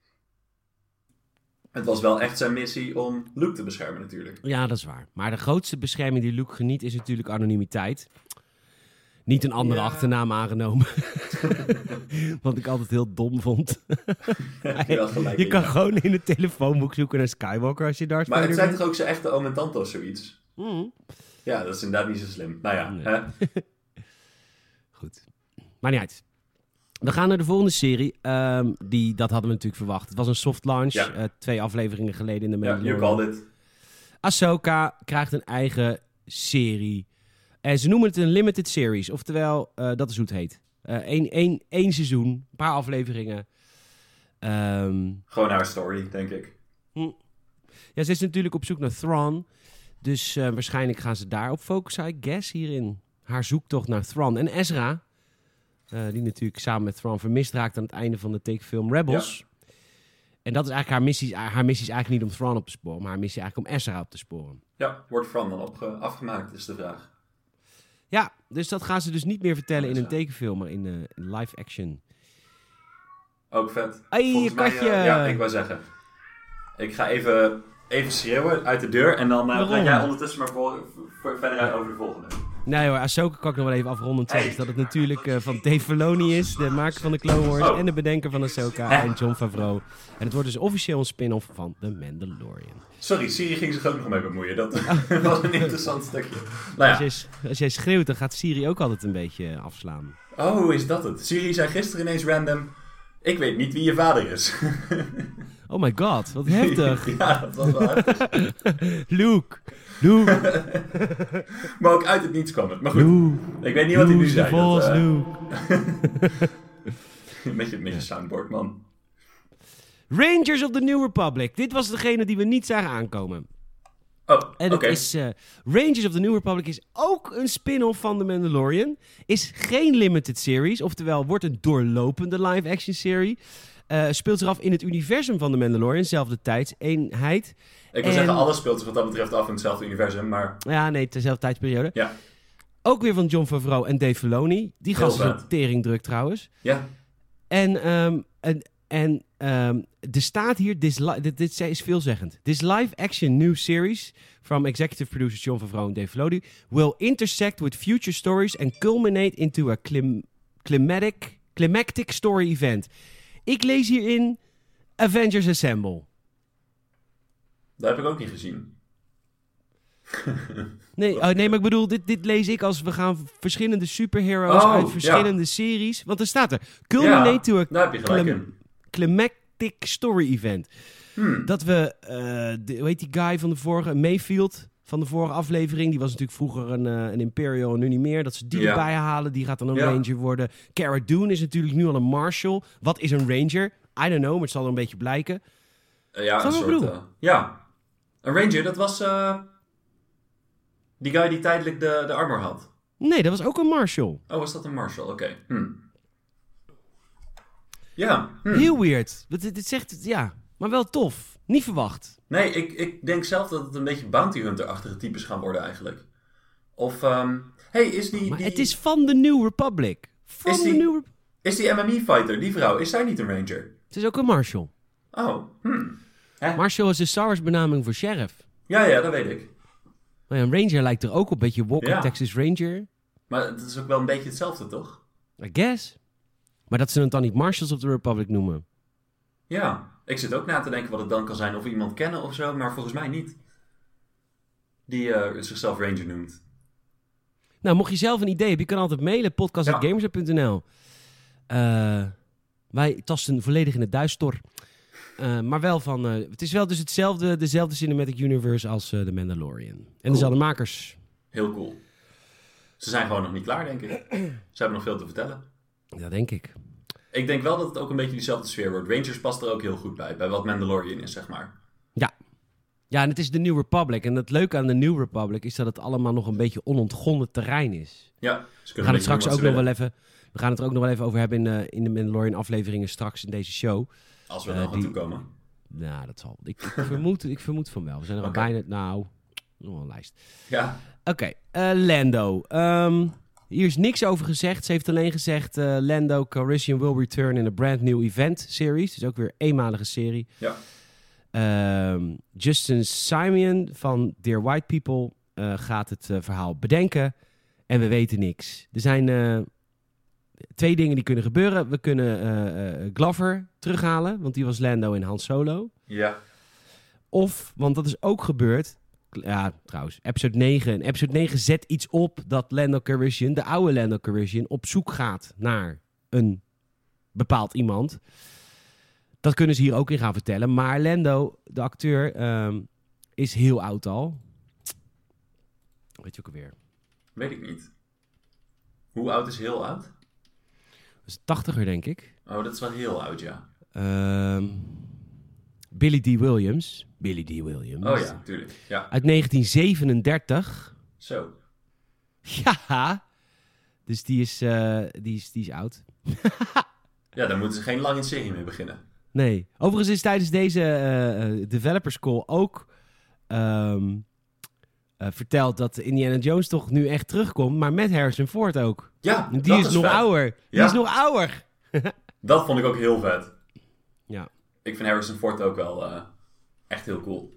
Het was wel echt zijn missie om Luke te beschermen natuurlijk. Ja, dat is waar. Maar de grootste bescherming die Luke geniet is natuurlijk anonimiteit. Niet een andere Ja. achternaam aangenomen. Wat ik altijd heel dom vond. Heb je wel gelijk Je in, kan ja. gewoon in het telefoonboek zoeken naar Skywalker als je Darth Maar het Vader zijn bent. toch ook zijn echte oom en tante of zoiets? Mm. Ja, dat is inderdaad niet zo slim. Nou ja, Nee. hè? Goed. Maar niet uit. We gaan naar de volgende serie. Ehm, die, dat hadden we natuurlijk verwacht. Het was een soft launch. Ja. eh, twee afleveringen geleden in de Ja, Mandalorian. you called it. Ahsoka krijgt een eigen serie. En ze noemen het een limited series. Oftewel, eh, dat is hoe het heet. Eén één één seizoen, een paar afleveringen. Ehm, Gewoon haar story, denk ik. ja, ze is natuurlijk op zoek naar Thrawn. Dus eh, waarschijnlijk gaan ze daarop focussen, I guess, hierin. Haar zoektocht naar Thrawn. En Ezra, eh, die natuurlijk samen met Thrawn vermist raakt aan het einde van de tekenfilm Rebels. En dat is eigenlijk haar missie. Haar missie is eigenlijk niet om Thrawn op te sporen, maar haar missie is eigenlijk om Ezra op te sporen. Ja, wordt Fran dan opge- afgemaakt, is de vraag. Ja, dus dat gaan ze dus niet meer vertellen in een Ezra. tekenfilm, maar in, eh, in live action. Ook vet. Ai, Volgens mij, katje. eh, ja, ik wou zeggen. Ik ga even, even schreeuwen uit de deur en dan uh, Waarom? praat jij ondertussen maar voor, voor verder uit over de volgende. Nee hoor, Ahsoka kan ik nog wel even afrondend zeggen. Is dat het natuurlijk eh, van Dave Filoni is, de maker van de Clone Wars Oh. en de bedenker van Ahsoka Hè? en Jon Favreau. En het wordt dus officieel een spin-off van The Mandalorian. Sorry, Siri ging zich ook nog mee bemoeien. Dat was een interessant stukje. Nou Als, ja. jij, als jij schreeuwt, dan gaat Siri ook altijd een beetje eh, afslaan. Oh, hoe is dat het? Siri zei gisteren ineens random... Ik weet niet wie je vader is. Oh my god, wat heftig. Ja, dat was wel heftig. Luke, Luke, Maar ook uit het niets kwam het. Maar goed, Luke. ik weet niet wat hij nu Use the zei. Dat, force, eh, Luke. met, je, met je soundboard, man. Rangers of the New Republic. Dit was degene die we niet zagen aankomen. Oh, En oké. het is eh, Rangers of the New Republic is ook een spin-off van The Mandalorian. Is geen limited series, oftewel wordt een doorlopende live-action serie. Uh, speelt zich af in het universum van The Mandalorian, zelfde tijdseenheid. Ik wil en... zeggen, alles speelt zich wat dat betreft af in hetzelfde universum, maar... Ja, nee, dezelfde tijdsperiode. Ja. Ook weer van Jon Favreau en Dave Filoni. Die gast is een teringdruk trouwens. Ja. En, um, en, en um, er staat hier, this li- dit, dit is veelzeggend. This live-action new series from executive producers Jon Favreau en Dave Filoni will intersect with future stories and culminate into a clim- climatic, climactic story event. Ik lees hierin Avengers Assemble. Dat heb ik ook niet gezien. Nee, oh, nee, maar ik bedoel, dit, dit lees ik als we gaan verschillende superheroes oh, uit verschillende ja. series. Want er staat er, culminate ja, to a daar heb je gelijk clim- in. climactic story event. Hmm. Dat we, uh, de, hoe heet die guy van de vorige, Mayfield van de vorige aflevering, die was natuurlijk vroeger een, uh, een Imperial en nu niet meer. Dat ze die ja. erbij halen, die gaat dan een ja. Ranger worden. Cara Dune is natuurlijk nu al een Marshal. Wat is een Ranger? I don't know, maar het zal er een beetje blijken. Uh, ja, Zal een soort... Uh, ja, een Ranger, dat was uh, die guy die tijdelijk de, de armor had. Nee, dat was ook een Marshal. Oh, was dat een Marshal? Oké. Okay. Hm. Ja. Hm. Heel weird. Dit, dit zegt, ja, maar wel tof. Niet verwacht. Nee, ik, ik denk zelf dat het een beetje bounty hunter-achtige types gaan worden eigenlijk. Of, um, hey, is die... Maar die... het is van de New Republic. Van is de die, New Re- Is die M M E-fighter, die vrouw, is zij niet een Ranger? Het is ook een Marshal. Oh, hm. Hè? Marshal is de Star Wars benaming voor sheriff. Ja, ja, dat weet ik. Maar ja, een Ranger lijkt er ook op. Een beetje Walker Ja. Texas Ranger. Maar het is ook wel een beetje hetzelfde, toch? I guess. Maar dat ze het dan niet Marshals of the Republic noemen. Ja, ik zit ook na te denken wat het dan kan zijn. Of we iemand kennen of zo, maar volgens mij niet. Die uh, zichzelf Ranger noemt. Nou, mocht je zelf een idee hebben, je kan altijd mailen. podcast at gamerset punt n l uh, Wij tasten volledig in het duister. Uh, maar wel van... Uh, het is wel dus hetzelfde, dezelfde cinematic universe als uh, The Mandalorian. En Cool. dezelfde makers. Heel cool. Ze zijn gewoon nog niet klaar, denk ik. Ze hebben nog veel te vertellen. Ja, denk ik. Ik denk wel dat het ook een beetje diezelfde sfeer wordt. Rangers past er ook heel goed bij. Bij wat Mandalorian is, zeg maar. Ja. Ja, en het is de New Republic. En het leuke aan de New Republic is dat het allemaal nog een beetje onontgonnen terrein is. Ja. We gaan het straks ook nog wel even... We gaan het er ook nog wel even over hebben in de, in de Mandalorian afleveringen straks in deze show. Als we er uh, nog aan toe komen. Nou, dat zal. Ik, ik, vermoed, ik vermoed van wel. We zijn er Okay. al bijna... Nou, nog wel een lijst. Ja. Oké, okay, uh, Lando. Um, hier is niks over gezegd. Ze heeft alleen gezegd... Uh, Lando Calrissian will return in a brand new event series. Dus ook weer een eenmalige serie. Ja. Um, Justin Simon van Dear White People uh, gaat het uh, verhaal bedenken. En we weten niks. Er zijn uh, twee dingen die kunnen gebeuren. We kunnen uh, uh, Glover terughalen, want die was Lando en Han Solo. Ja. Of, want dat is ook gebeurd... Ja, trouwens, episode negen. En episode negen zet iets op dat Lando Calrissian, de oude Lando Calrissian, op zoek gaat naar een bepaald iemand. Dat kunnen ze hier ook in gaan vertellen. Maar Lando, de acteur, um, is heel oud al. Weet je ook alweer? Weet ik niet. Hoe oud is heel oud? Dat is tachtiger, denk ik. Oh, dat is wel heel oud, ja. Um, Billy D. Williams. Billy D. Williams. Oh ja, tuurlijk. Ja. Uit negentien zevenendertig. Zo. Ja. Dus die is, uh, die is, die is oud. Ja, daar moeten ze geen lange serie mee beginnen. Nee. Overigens is tijdens deze uh, uh, developers call ook um, uh, verteld dat Indiana Jones toch nu echt terugkomt, maar met Harrison Ford ook. Ja, Die dat is, is nog vet. ouder. Die Ja. is nog ouder. Dat vond ik ook heel vet. Ja. Ik vind Harrison Ford ook wel uh, echt heel cool.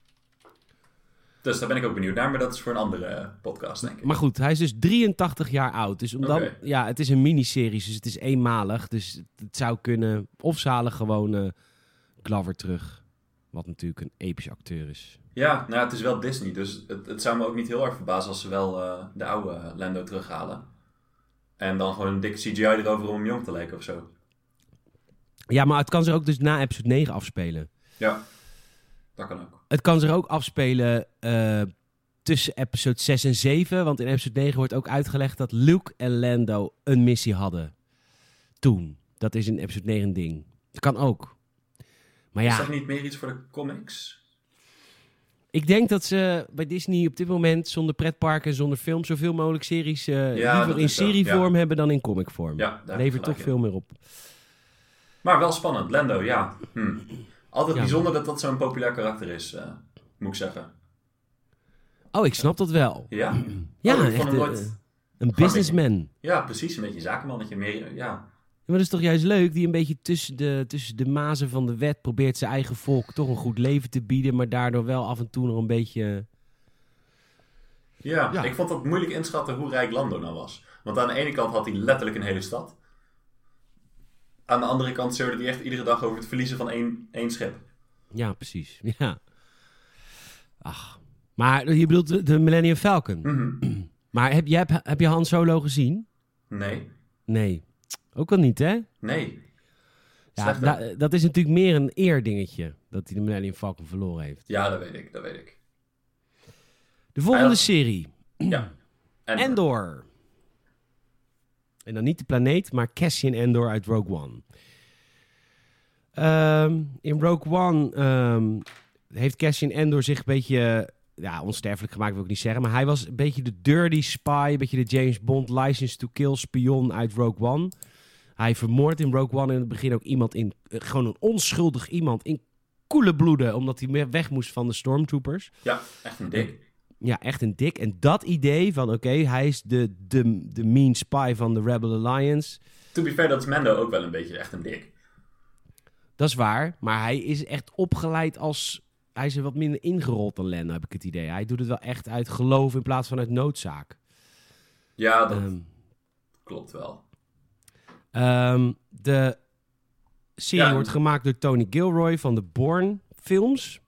Dus daar ben ik ook benieuwd naar, maar dat is voor een andere uh, podcast, denk ik. Maar goed, hij is dus drieëntachtig jaar oud. Dus omdat, Oké. ja, het is een miniserie, dus het is eenmalig. Dus het zou kunnen, of ze halen gewoon uh, Glover terug. Wat natuurlijk een epische acteur is. Ja, nou het is wel Disney, dus het, het zou me ook niet heel erg verbazen als ze wel uh, de oude Lando terughalen. En dan gewoon een dikke C G I erover om hem jong te lijken of zo. Ja, maar het kan zich ook dus na episode negen afspelen. Ja, dat kan ook. Het kan zich ook afspelen uh, tussen episode zes en zeven. Want in episode negen wordt ook uitgelegd dat Luke en Lando een missie hadden. Toen. Dat is in episode negen een ding. Dat kan ook. Maar ja, Is dat niet meer iets voor de comics? ik denk dat ze bij Disney op dit moment zonder pretparken, zonder film, zoveel mogelijk series uh, Ja, dat liever in is zo, serievorm ja. hebben dan in comicvorm. Ja, daar heb je Levert toch gelijk veel in. meer op. Maar wel spannend. Lando, ja. Hm. Altijd Ja. bijzonder dat dat zo'n populair karakter is, uh, moet ik zeggen. Oh, ik snap dat wel. Ja? Ja, Oh, ik vond echt hem een, nooit... een businessman. Ja, precies. Een beetje zakenmannetje. Meer, ja. Maar dat is toch juist leuk, die een beetje tussen de, tussen de mazen van de wet probeert zijn eigen volk toch een goed leven te bieden, maar daardoor wel af en toe nog een beetje... Ja, Ja. ik vond het moeilijk inschatten hoe rijk Lando nou was. Want aan de ene kant had hij letterlijk een hele stad. Aan de andere kant zeurde hij echt iedere dag over het verliezen van één, één schip. Ja, precies. Ja. Ach. Maar je bedoelt de, de Millennium Falcon. Mhm. Maar heb je, heb, heb je Han Solo gezien? Nee. Nee. Ook al niet, hè? Nee. Ja, Slecht, hè? da- dat is natuurlijk meer een eerdingetje dat hij de Millennium Falcon verloren heeft. Ja, dat weet ik. Dat weet ik. De volgende Hij had- serie. Ja. En Endor. En dan niet de planeet, maar Cassian Endor uit Rogue One. Ehm, in Rogue One ehm, heeft Cassian Endor zich een beetje... Ja, onsterfelijk gemaakt wil ik niet zeggen. Maar hij was een beetje de dirty spy. Een beetje de James Bond license to kill spion uit Rogue One. Hij vermoordt in Rogue One in het begin ook iemand in... eh, gewoon een onschuldig iemand in koele bloeden. Omdat hij meer weg moest van de stormtroopers. Ja, echt een dik. Ja, echt een dik. En dat idee van, oké, hij is de, de, de mean spy van de Rebel Alliance. To be fair, dat is Mando ook wel een beetje echt een dik. Dat is waar. Maar hij is echt opgeleid als... Hij is er wat minder ingerold dan Lando, heb ik het idee. Hij doet het wel echt uit geloof in plaats van uit noodzaak. Ja, dat Ehm, klopt wel. ehm, de serie Ja. wordt gemaakt door Tony Gilroy van de Bourne films.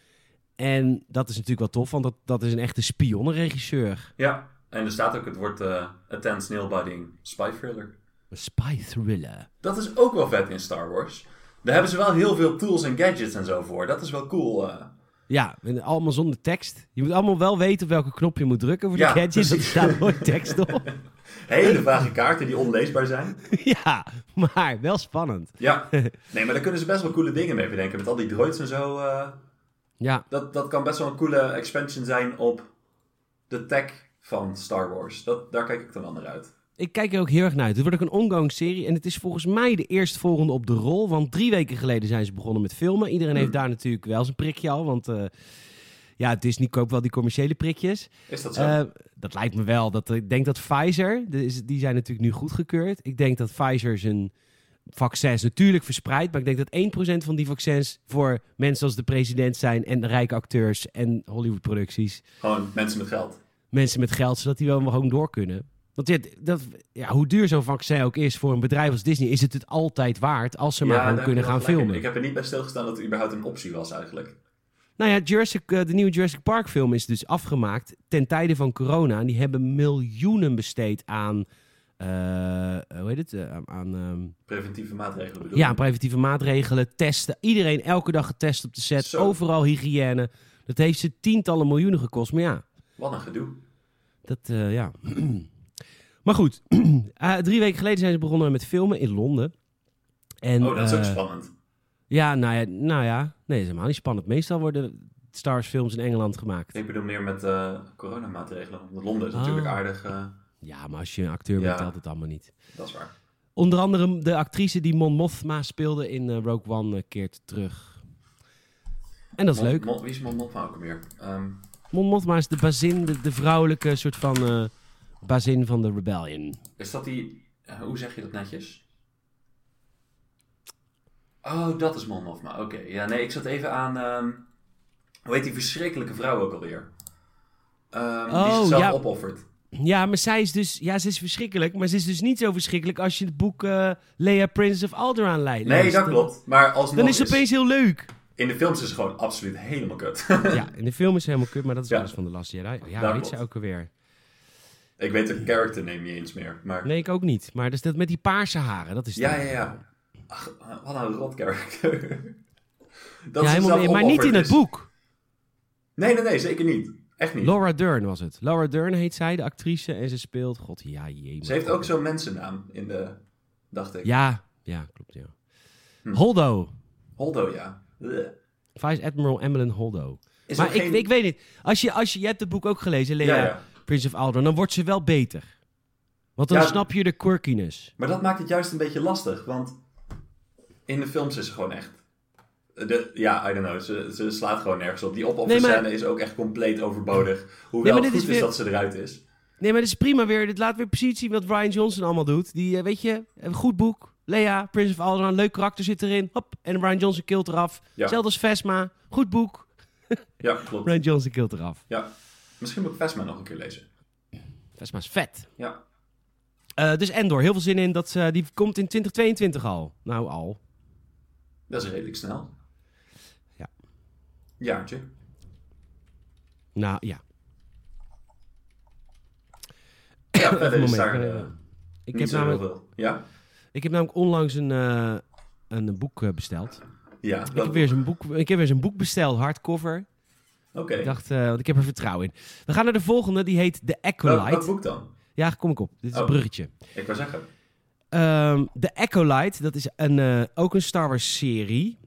En dat is natuurlijk wel tof, want dat, dat is een echte spionnenregisseur. Ja, en er staat ook het woord uh, Intense Nail-Biting Spy Thriller. Een spy thriller. Dat is ook wel vet in Star Wars. Daar hebben ze wel heel veel tools en gadgets en zo voor. Dat is wel cool. Uh. Ja, en allemaal zonder tekst. Je moet allemaal wel weten op welke knop je moet drukken voor de Ja, gadgets. Er precies. staat nooit tekst op. Hele vage kaarten die onleesbaar zijn. Ja, maar wel spannend. Ja, nee, maar daar kunnen ze best wel coole dingen mee bedenken. Met al die droids en zo. Uh, Ja, dat, dat kan best wel een coole expansion zijn op de tech van Star Wars. Dat, daar kijk ik dan wel naar uit. ik kijk er ook heel erg naar uit. Het wordt ook een ongoing serie. En het is volgens mij de eerstvolgende op de rol. Want drie weken geleden zijn ze begonnen met filmen. Iedereen heeft Hmm. daar natuurlijk wel zijn prikje al. Want uh, ja, Disney koopt wel die commerciële prikjes. Is dat zo? Uh, dat lijkt me wel. Dat, ik denk dat Pfizer, de is- die zijn natuurlijk nu goedgekeurd. Ik denk dat Pfizer zijn vaccins natuurlijk verspreidt. Maar ik denk dat één procent van die vaccins voor mensen als de president zijn. En de rijke acteurs en Hollywood-producties. Gewoon mensen met geld. Mensen met geld, zodat die wel gewoon door kunnen. Want ja, dat, ja, hoe duur zo'n vaccin ook is voor een bedrijf als Disney, is het het altijd waard als ze maar gewoon daar kunnen heb je gaan wel gelijk in. filmen. Ik heb er niet bij stilgestaan dat het überhaupt een optie was eigenlijk. Nou ja, Jurassic, uh, de nieuwe Jurassic Park film is dus afgemaakt ten tijde van corona. En die hebben miljoenen besteed aan, uh, hoe heet het, uh, aan... Um, Preventieve maatregelen bedoel ja, je? preventieve maatregelen, testen. Iedereen elke dag getest op de set, Zo. overal hygiëne. Dat heeft ze tientallen miljoenen gekost, maar ja... Wat een gedoe. Dat, uh, ja. Maar goed, uh, drie weken geleden zijn ze begonnen met filmen in Londen. En, Oh, dat is ook uh, spannend. Ja, nou ja, nou ja, nee, dat is helemaal niet spannend. Meestal worden Star Wars films in Engeland gemaakt. Ik bedoel meer met uh, coronamaatregelen. Want Londen is Oh. natuurlijk aardig. Uh, Ja, maar als je een acteur bent, Ja. telt het allemaal niet. dat is waar. Onder andere de actrice die Mon Mothma speelde in uh, Rogue One uh, keert terug. En dat is Mon- leuk. Mon- wie is Mon Mothma ook alweer? Ehm, Mon Mothma is de bazin, de, de vrouwelijke soort van uh, bazin van de Rebellion. is dat die... uh, hoe zeg je dat netjes? Oh, dat is Mon Mothma. Oké. Ja, nee, ik zat even aan... ehm, hoe heet die verschrikkelijke vrouw ook alweer? Ehm, die Oh, zichzelf ja. opoffert. Ja, maar zij is dus... Ja, ze is verschrikkelijk. Maar ze is dus niet zo verschrikkelijk als je het boek uh, Leia Princess of Alderaan leest. Nee, dat klopt. Maar alsnog Dan is het opeens heel leuk. in de films is het gewoon absoluut helemaal kut. Ja, in de film is ze helemaal kut, maar dat is Ja. alles van de Last Jedi. Ja, Dat weet klopt. ze ook alweer. Ik weet de character name niet eens meer. Maar... Nee, ik ook niet. Maar dus dat met die paarse haren, dat is Ja, het. ja, ja. Ach, wat een rot character. dat Ja, ze helemaal zelf mee, maar niet opoffert in het is. boek. Nee, nee, nee, zeker niet. Echt niet. Laura Dern was het. Laura Dern heet zij, de actrice. En ze speelt... God, ja, jee. Ze heeft ook zo'n mensennaam in de... Dacht ik. Ja, ja, klopt, ja. Hm. Holdo. Holdo, ja. Ugh. Vice Admiral Emmeline Holdo. Is Maar ook ik, geen... ik weet niet. Als je, als je, je hebt het boek ook gelezen, Leia, Ja, ja. Prince of Alderaan, dan wordt ze wel beter. Want dan Ja, snap je de quirkiness. Maar dat maakt het juist een beetje lastig, want... in de films is ze gewoon echt... De, ja, I don't know. Ze, ze slaat gewoon nergens op. Die op-off Nee, maar- scène is ook echt compleet overbodig. Hoewel Nee, maar het dit goed is is, weer- dat ze eruit is. Nee, maar dit is prima weer. Dit laat weer precies zien wat Ryan Johnson allemaal doet. Die, eh, weet je, een goed boek. Lea, Prince of Alderaan, leuk karakter zit erin. Hop, en Ryan Johnson kilt eraf. Ja. Hetzelfde als Vesma. Goed boek. Ja, klopt. Ryan Johnson kilt eraf. Ja. Misschien moet ik Vesma nog een keer lezen. Vesma is vet. Ja. Eh, dus Endor, heel veel zin in. Dat, ze- die komt in twintig tweeëntwintig al. Nou, al. Dat is redelijk snel. Ja. Jaartje. Nou, ja. Ja, verder Even is een daar moment, eh, eh, Ik niet heb, zo heel namelijk, veel. Ja? ik heb namelijk onlangs een, eh, een boek eh, besteld. Ja. Ik heb, weer zo'n boek, ik heb weer zo'n boek besteld, hardcover. Oké. Ik dacht, eh, want ik heb er vertrouwen in. We gaan naar de volgende, die heet The Welk, Acolyte. welk boek dan? Ja, daar kom ik op. Dit is een Oh. bruggetje. Ik wou zeggen. Ehm The Acolyte, dat is een, eh, ook een Star Wars serie.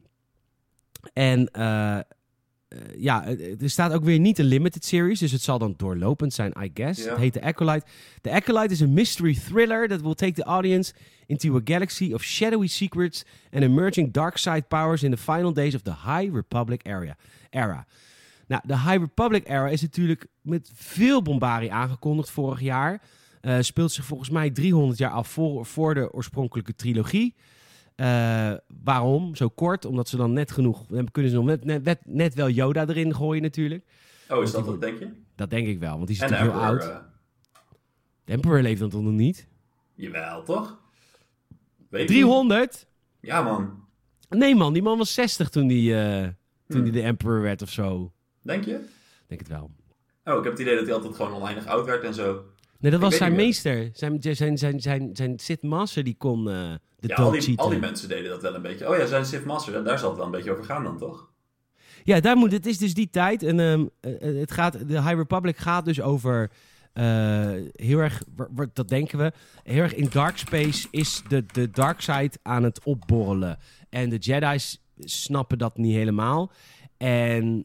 En eh, eh, ja, eh, er staat ook weer niet een limited series, dus het zal dan doorlopend zijn, I guess. Ja. Het heet The Acolyte. The Acolyte is a mystery thriller that will take the audience into a galaxy of shadowy secrets and emerging dark side powers in the final days of the High Republic era. era. Nou, de High Republic era is natuurlijk met veel bombarie aangekondigd vorig jaar. Eh, speelt zich volgens mij driehonderd jaar af voor, voor de oorspronkelijke trilogie. Eh, waarom? Zo kort? Omdat ze dan net genoeg... Dan kunnen ze nog net, net, net, net wel Yoda erin gooien natuurlijk. Oh, is dat wat, denk je? Dat denk ik wel, want die is En de natuurlijk heel Emperor, oud. eh, De Emperor leeft dan toch nog niet? jawel, toch? Weet ik driehonderd? niet. Ja, man. Nee man, die man was zestig toen die, eh, toen Hmm. die de Emperor werd of zo. Denk je? Denk het wel. Oh, ik heb het idee dat hij altijd gewoon oneindig oud werd en zo. Nee, dat was weet zijn niet meer. meester. Zijn, zijn, zijn, zijn, zijn Sith Master die kon eh, de Ja, al dood die, cheaten. al die mensen deden dat wel een beetje. Oh ja, zijn Sith Master, daar zal het wel een beetje over gaan dan, toch? Ja, daar moet, het is dus die tijd. En ehm, eh, het gaat, de High Republic gaat dus over... eh, heel erg, wa- wa- dat denken we... Heel erg in Dark Space is de, de Dark Side aan het opborrelen. En de Jedi's snappen dat niet helemaal. En...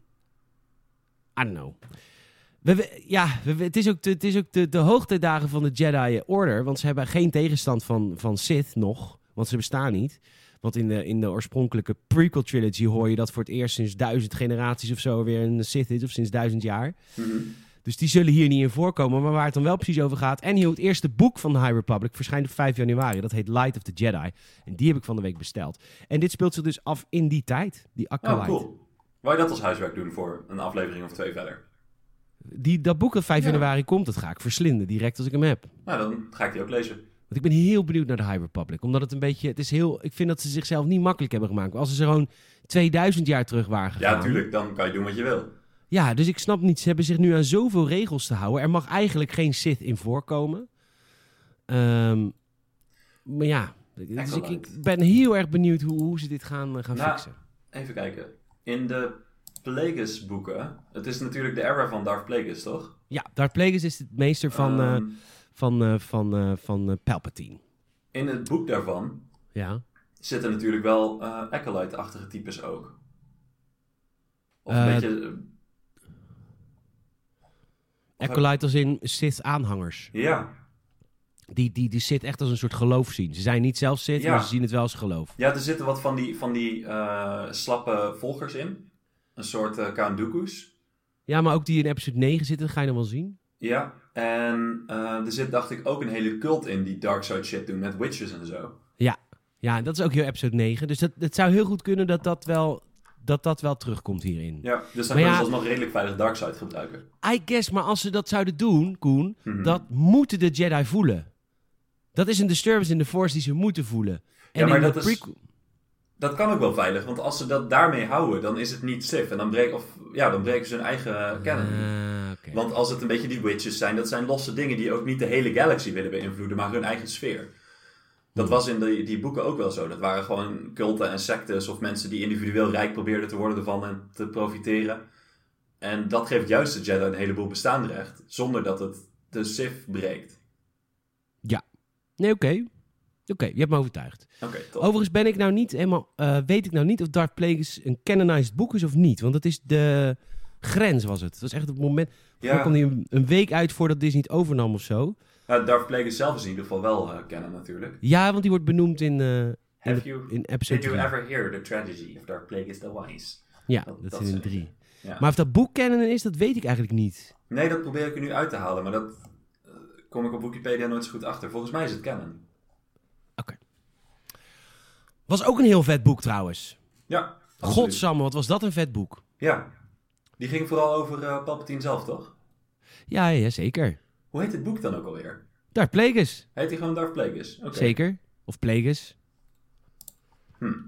I don't know. We, we- ja, we, we- het is ook, de, het is ook de, de hoogtijdagen van de Jedi Order. Want ze hebben geen tegenstand van, van Sith nog. Want ze bestaan niet. Want in de, in de oorspronkelijke prequel trilogy hoor je dat voor het eerst sinds duizend generaties of zo weer een Sith is. Of sinds duizend jaar. Mhm. Dus die zullen hier niet in voorkomen. Maar waar het dan wel precies over gaat. En hier het eerste boek van de High Republic verschijnt op vijf januari. Dat heet Light of the Jedi. En die heb ik van de week besteld. En dit speelt zich dus af in die tijd. Die Oh, Acolyte. cool. Wou je dat als huiswerk doen voor een aflevering of twee verder? Die, dat boek dat vijf Ja. januari komt, dat ga ik verslinden. Direct als ik hem heb. Nou, dan ga ik die ook lezen. Want ik ben heel benieuwd naar de High Republic. Omdat het een beetje... Het is heel, ik vind dat ze zichzelf niet makkelijk hebben gemaakt. Als ze gewoon tweeduizend jaar terug waren gegaan. Ja, tuurlijk. Dan kan je doen wat je wil. Ja, dus ik snap niet. Ze hebben zich nu aan zoveel regels te houden. Er mag eigenlijk geen Sith in voorkomen. Ehm, maar ja, dus ik, ik ben heel erg benieuwd hoe, hoe ze dit gaan, eh, gaan Nou, fixen. Even kijken. In de Plagueis boeken... Het is natuurlijk de era van Darth Plagueis, toch? Ja, Darth Plagueis is de meester van, eh, Ehm, van, eh, van, eh, van eh, Palpatine. in het boek daarvan Ja. zitten natuurlijk wel eh Acolyte-achtige types ook. Of een Eh, beetje... eh, of Acolyte als in Sith-aanhangers. Ja. Die, die, die Sith echt als een soort geloof zien. Ze zijn niet zelf Sith, Ja. maar ze zien het wel als geloof. Ja, er zitten wat van die, van die eh, slappe volgers in. Een soort uh, Count Dooku's. Ja, maar ook die in episode negen zitten, ga je nog wel zien. Ja, en eh, er zit dacht ik ook een hele cult in die dark side shit doen met witches en zo. Ja, dat is ook heel episode negen. Dus dat, het zou heel goed kunnen dat dat wel, dat dat wel terugkomt hierin. Ja, dus dan Maar kunnen ja- ze alsnog redelijk veilig dark side gebruiken. I guess, maar als ze dat zouden doen, Koen, Mhm. dat moeten de Jedi voelen. Dat is een disturbance in de Force die ze moeten voelen. En Ja, maar in de dat is- prequel- Dat kan ook wel veilig, want als ze dat daarmee houden, dan is het niet Sith. En dan breken, of, ja, dan breken ze hun eigen canon. Ah, oké. Want als het een beetje die witches zijn, dat zijn losse dingen die ook niet de hele galaxy willen beïnvloeden, maar hun eigen sfeer. Dat was in die, die boeken ook wel zo. Dat waren gewoon culten en sectes of mensen die individueel rijk probeerden te worden ervan en te profiteren. En dat geeft juist de Jedi een heleboel bestaansrecht, zonder dat het de Sith breekt. Nee, oké. Oké, je hebt me overtuigd. Oké, top. Overigens ben ik nou niet helemaal, eh, weet ik nou niet of Darth Plagueis een canonized boek is of niet. Want dat is de grens was het. Dat was echt op het moment, ja. kwam die een, een week uit voordat Disney het overnam of zo. Ja, Darth Plagueis zelf is in ieder geval wel uh, kennen natuurlijk. Ja, want die wordt benoemd in, eh, Have de, you, in episode did you drie. ever hear the tragedy of Dark Plagueis the Wise? Ja, Dat- dat, dat is in zijn drie. ze. Ja. Maar of dat boek canon is, dat weet ik eigenlijk niet. Nee, dat probeer ik er nu uit te halen, maar dat uh, kom ik op Wikipedia nooit zo goed achter. Volgens mij is het canon. Was ook een heel vet boek trouwens. Ja, absoluut. Godsamme, wat was dat een vet boek. Ja, die ging vooral over uh, Palpatine zelf, toch? Ja, ja, zeker. Hoe heet dit boek dan ook alweer? Darth Plagueis, Heet hij gewoon Darth Plagueis? Oké. zeker. Of Plagueis. Hm. Ja,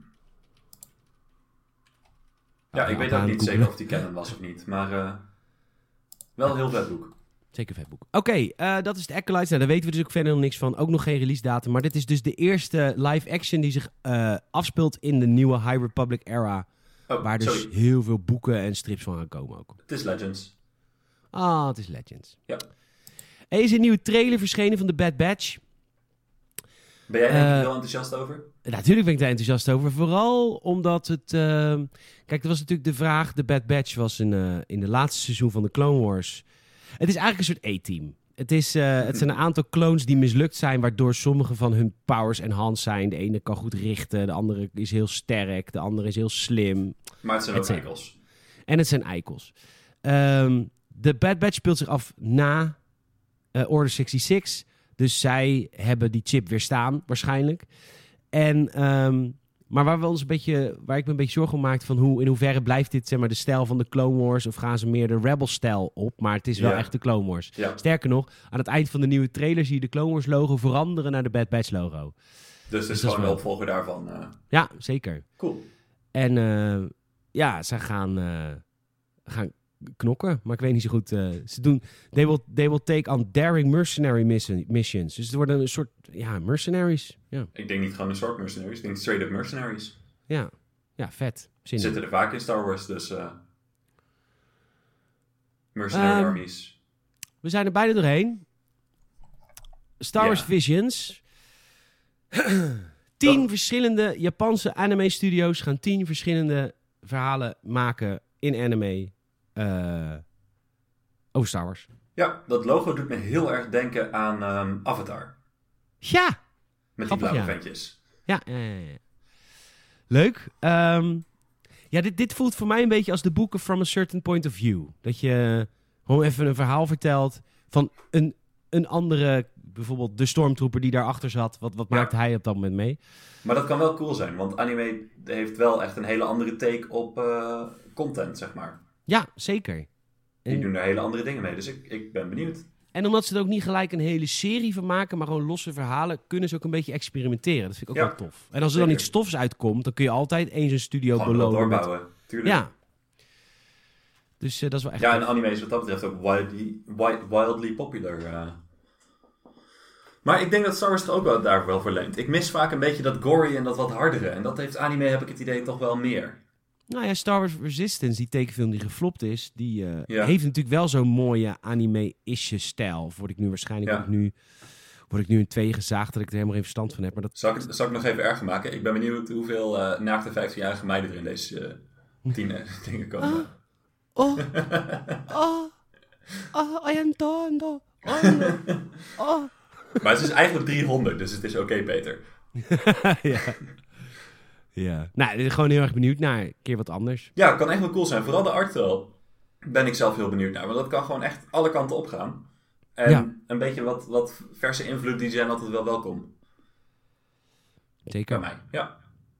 Ja, ik weet aan ook niet googlen. zeker of die canon was of niet, maar uh, wel een heel vet boek. Zeker een vet boek. Oké, eh, dat is de Acolytes. Nou, daar weten we dus ook verder nog niks van. Ook nog geen release datum. Maar dit is dus de eerste live action die zich uh, afspeelt in de nieuwe High Republic era. Oh, Waar dus sorry. heel veel boeken en strips van gaan komen ook. Het is Legends. Ah, het is Legends. Ja. Er is een nieuwe trailer verschenen van The Bad Batch. Ben jij er Uh, heel enthousiast over? Natuurlijk ben ik daar enthousiast over. Vooral omdat het... Uh, kijk, er was natuurlijk de vraag... The Bad Batch was in, uh, in de laatste seizoen van de Clone Wars. Het is eigenlijk een soort A-team. Het, is, uh, het zijn een aantal clones die mislukt zijn... waardoor sommige van hun powers enhanced zijn. De ene kan goed richten, de andere is heel sterk... de andere is heel slim. Maar het zijn ook het zijn- eikels. En het zijn eikels. Um, de Bad Batch speelt zich af na uh, Order zesenzestig. Dus zij hebben die chip weerstaan, waarschijnlijk. En, um, maar waar, we ons een beetje, waar ik me een beetje zorgen om maakte... van hoe, in hoeverre blijft dit zeg maar, de stijl van de Clone Wars... of gaan ze meer de Rebel-stijl op? Maar het is wel Ja. echt de Clone Wars. Ja. Sterker nog, aan het eind van de nieuwe trailer... zie je de Clone Wars logo veranderen naar de Bad Batch logo. Dus het Dus is dat is gewoon wel- de opvolger daarvan. uh, Ja, zeker. cool. En uh, ja, ze gaan, uh, gaan knokken, maar ik weet niet zo goed. Uh, ze doen, they will, they will take on daring mercenary mission, missions. Dus het worden een soort, ja, mercenaries. Ja, Ik denk niet gewoon een soort mercenaries. Ik denk straight up mercenaries. ja, ja vet. Zin in. Zitten er vaak in Star Wars, dus... Uh, mercenary Um, armies. We zijn er bijna doorheen. Star Ja. Wars Visions. tien Dat- verschillende Japanse anime-studio's gaan tien verschillende verhalen maken in anime uh, over Star Wars. Ja, dat logo doet me heel erg denken aan um, Avatar. Ja! Met die Grappig, blauwe ja. ventjes. Ja, ja, ja, ja. Leuk. Um, ja, dit, dit voelt voor mij een beetje als de boeken From a Certain Point of View. Dat je gewoon even een verhaal vertelt van een, een andere, bijvoorbeeld de stormtrooper die daarachter zat. Wat, wat Ja. maakte hij op dat moment mee? Maar dat kan wel cool zijn, want anime heeft wel echt een hele andere take op uh, content, zeg maar. Ja, zeker. Die En, doen er hele andere dingen mee, dus ik, ik ben benieuwd. en omdat ze er ook niet gelijk een hele serie van maken, maar gewoon losse verhalen, kunnen ze ook een beetje experimenteren. Dat vind ik ook Ja, wel tof. En als er dan zeker. iets stofs uitkomt, dan kun je altijd eens een studio Gewoon wel belonen. met- doorbouwen, tuurlijk. Ja. Dus uh, dat is wel echt Ja, tof. en anime is wat dat betreft ook wildly, wi- wildly popular. uh. Maar ik denk dat Star Wars er ook wel daar wel voor leent. Ik mis vaak een beetje dat gory en dat wat hardere. En dat heeft anime, heb ik het idee, toch wel meer. Nou ja, Star Wars Resistance, die tekenfilm die geflopt is, die uh, Ja. heeft natuurlijk wel zo'n mooie anime-ische stijl. Word ik nu waarschijnlijk Ja. word ik nu, word ik nu in twee gezaagd dat ik er helemaal geen verstand van heb. Maar dat, Zal ik, het- zal ik nog even erger maken? Ik ben benieuwd hoeveel uh, naakte vijftienjarige meiden er in deze uh, tien uh, dingen komen. oh, oh, oh, I am done, oh, oh, oh. Maar het is eigenlijk driehonderd, dus het is oké, Peter. ja. ja. Nou, ik ben gewoon heel erg benieuwd naar een keer wat anders. Ja, het kan echt wel cool zijn. Vooral de artstyle ben ik zelf heel benieuwd naar. Want dat kan gewoon echt alle kanten opgaan. En Ja. een beetje wat, wat verse invloed, die zijn altijd wel welkom. Zeker. Bij mij, ja.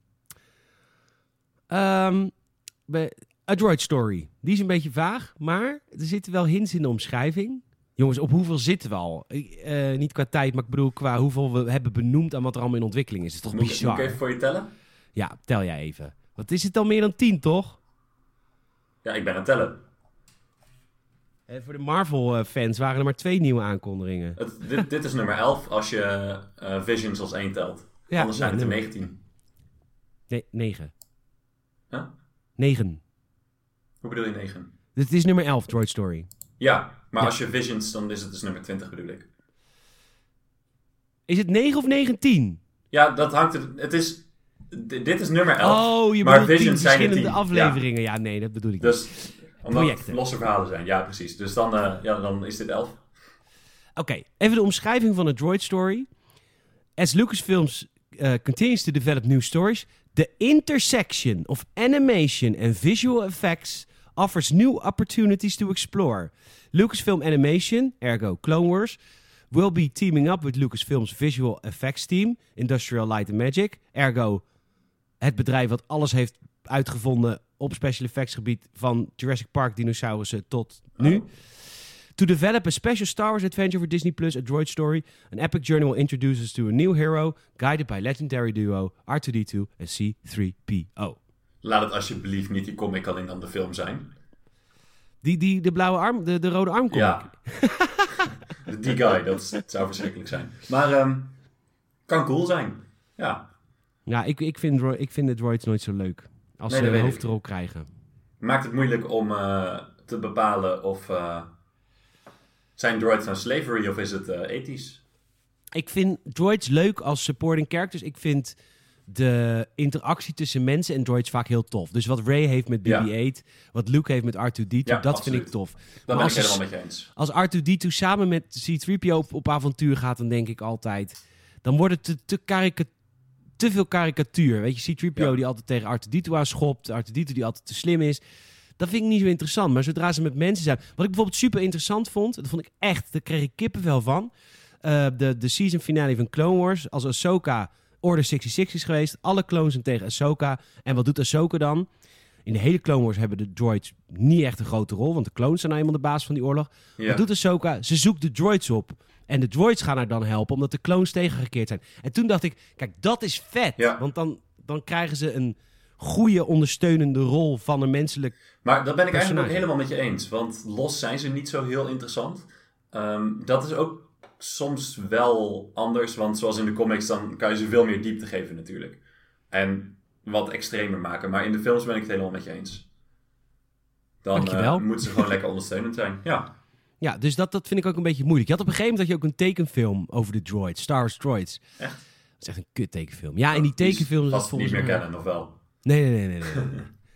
Um, bij A Droid Story. Die is een beetje vaag, maar er zitten wel hints in de omschrijving. Jongens, op hoeveel zitten we al? Uh, niet qua tijd, maar ik bedoel qua hoeveel we hebben benoemd aan wat er allemaal in ontwikkeling is. Dat is toch Moet ik, moet bizar? ik even voor je tellen? Ja, tel jij even. Wat is het al meer dan tien, toch? Ja, ik ben aan het tellen. En voor de Marvel-fans waren er maar twee nieuwe aankondigingen. Het, dit, dit is nummer elf als je uh, Visions als één telt. Ja, Anders zijn nou, het er nummer- negentien. Nee, negen. Huh? Negen. Hoe bedoel je negen? Dit is nummer elf, Droid Story. Ja, maar Ja. als je Visions, dan is het dus nummer twintig bedoel ik. Is het negen of negentien? Ja, dat hangt er... Het is... d- dit is nummer elf. Oh, je maar bedoelt tien Visions zijn er verschillende tien. afleveringen. Ja. nee, dat bedoel ik niet. Dus, omdat Projecten. het losse verhalen zijn. Ja, precies. Dus dan, uh, ja, dan is dit elf. Oké, even de omschrijving van de Droid Story. As Lucasfilms uh, continues to develop new stories. The intersection of animation and visual effects offers new opportunities to explore. Lucasfilm Animation, ergo Clone Wars, will be teaming up with Lucasfilm's visual effects team, Industrial Light and Magic, ergo het bedrijf wat alles heeft uitgevonden op special effects gebied van Jurassic Park dinosaurussen tot nu. Oh. To develop a special Star Wars adventure for Disney Plus, A Droid Story, an epic journey will introduce us to a new hero, guided by legendary duo R two D two en C three P O. Laat het alsjeblieft niet die comic alleen dan de film zijn. Die, die, de blauwe arm, de, de rode arm comic. Ja. Die guy, dat, dat zou verschrikkelijk zijn. Maar um, kan cool zijn. Ja. Ja, ik, ik, vind, ik vind de droids nooit zo leuk. Als nee, ze een hoofdrol krijgen. Maakt het moeilijk om uh, te bepalen of... Uh, zijn droids nou slavery of is het uh, ethisch? Ik vind droids leuk als supporting characters. Ik vind de interactie tussen mensen en droids vaak heel tof. Dus wat Rey heeft met B B eight, ja. wat Luke heeft met R two D two, ja, dat absoluut. Vind ik tof. Dat ben ik helemaal met je eens. Als R two D two samen met C three P O op, op avontuur gaat, dan denk ik altijd... Dan wordt het te, te, karika- te veel karikatuur. Weet je, C three P O ja. die altijd tegen R two D two aanschopt, R two D two die altijd te slim is... Dat vind ik niet zo interessant. Maar zodra ze met mensen zijn... Wat ik bijvoorbeeld super interessant vond... Dat vond ik echt... Daar kreeg ik kippenvel van. Uh, de, de season finale van Clone Wars. Als Ahsoka Order zesenzestig is geweest. Alle clones zijn tegen Ahsoka. En wat doet Ahsoka dan? In de hele Clone Wars hebben de droids niet echt een grote rol. Want de clones zijn nou eenmaal de baas van die oorlog. Ja. Wat doet Ahsoka? Ze zoekt de droids op. En de droids gaan haar dan helpen. Omdat de clones tegengekeerd zijn. En toen dacht ik... Kijk, dat is vet. Ja. Want dan, dan krijgen ze een... goede ondersteunende rol van een menselijk Maar dat ben ik personage. Eigenlijk ook helemaal met je eens. Want los zijn ze niet zo heel interessant. Um, dat is ook soms wel anders. Want zoals in de comics, dan kan je ze veel meer diepte geven natuurlijk. En wat extremer maken. Maar in de films ben ik het helemaal met je eens. Dan uh, moeten ze gewoon lekker ondersteunend zijn. Ja, ja dus dat, dat vind ik ook een beetje moeilijk. Je had op een gegeven moment dat je ook een tekenfilm over de droids. Star Wars Droids. Echt? Dat is echt een kut tekenfilm. Ja, en die tekenfilm... Vast niet meer kennen, nog wel. Nee, nee, nee, nee. nee.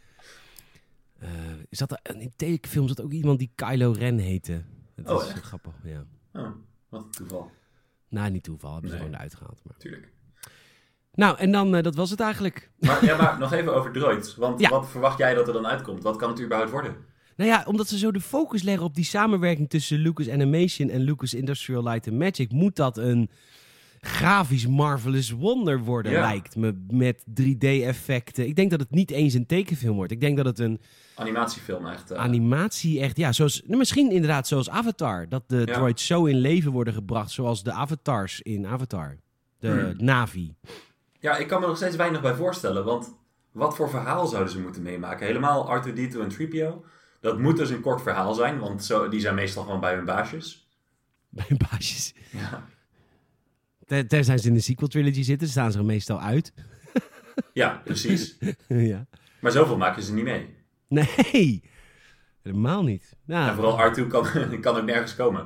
uh, is dat er, in tekenfilm zat ook iemand die Kylo Ren heette. Dat oh, is echt? grappig, ja. Oh, wat een toeval. Nou, niet toeval. Hebben nee. ze gewoon eruit gehaald. Maar... Tuurlijk. Nou, en dan, uh, dat was het eigenlijk. Maar, ja, maar nog even over droids. Want ja. wat verwacht jij dat er dan uitkomt? Wat kan het überhaupt worden? Nou ja, omdat ze zo de focus leggen op die samenwerking tussen Lucas Animation en Lucas Industrial Light and Magic, moet dat een grafisch Marvelous Wonder worden, ja. lijkt me, met drie D-effecten. Ik denk dat het niet eens een tekenfilm wordt. Ik denk dat het een... Animatiefilm echt. Uh... Animatie echt, ja. Zoals, nou, misschien inderdaad zoals Avatar. Dat de ja. droids zo in leven worden gebracht, zoals de avatars in Avatar. De hmm. Navi. Ja, ik kan me nog steeds weinig bij voorstellen, want wat voor verhaal zouden ze moeten meemaken? Helemaal R two D two en three P O? Dat moet dus een kort verhaal zijn, want zo, die zijn meestal gewoon bij hun baasjes. Bij hun baasjes? Ja. Terzij ze in de sequel trilogy zitten, staan ze er meestal uit. Ja, precies. Ja. Maar zoveel maken ze niet mee. Nee, helemaal niet. Nou, en vooral R two kan, kan ook nergens komen.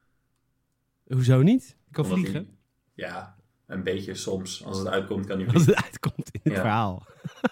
Hoezo niet? Ik kan Omdat vliegen. Die, ja, een beetje soms. Als het uitkomt, kan hij vliegen. Als het uitkomt in het ja. verhaal.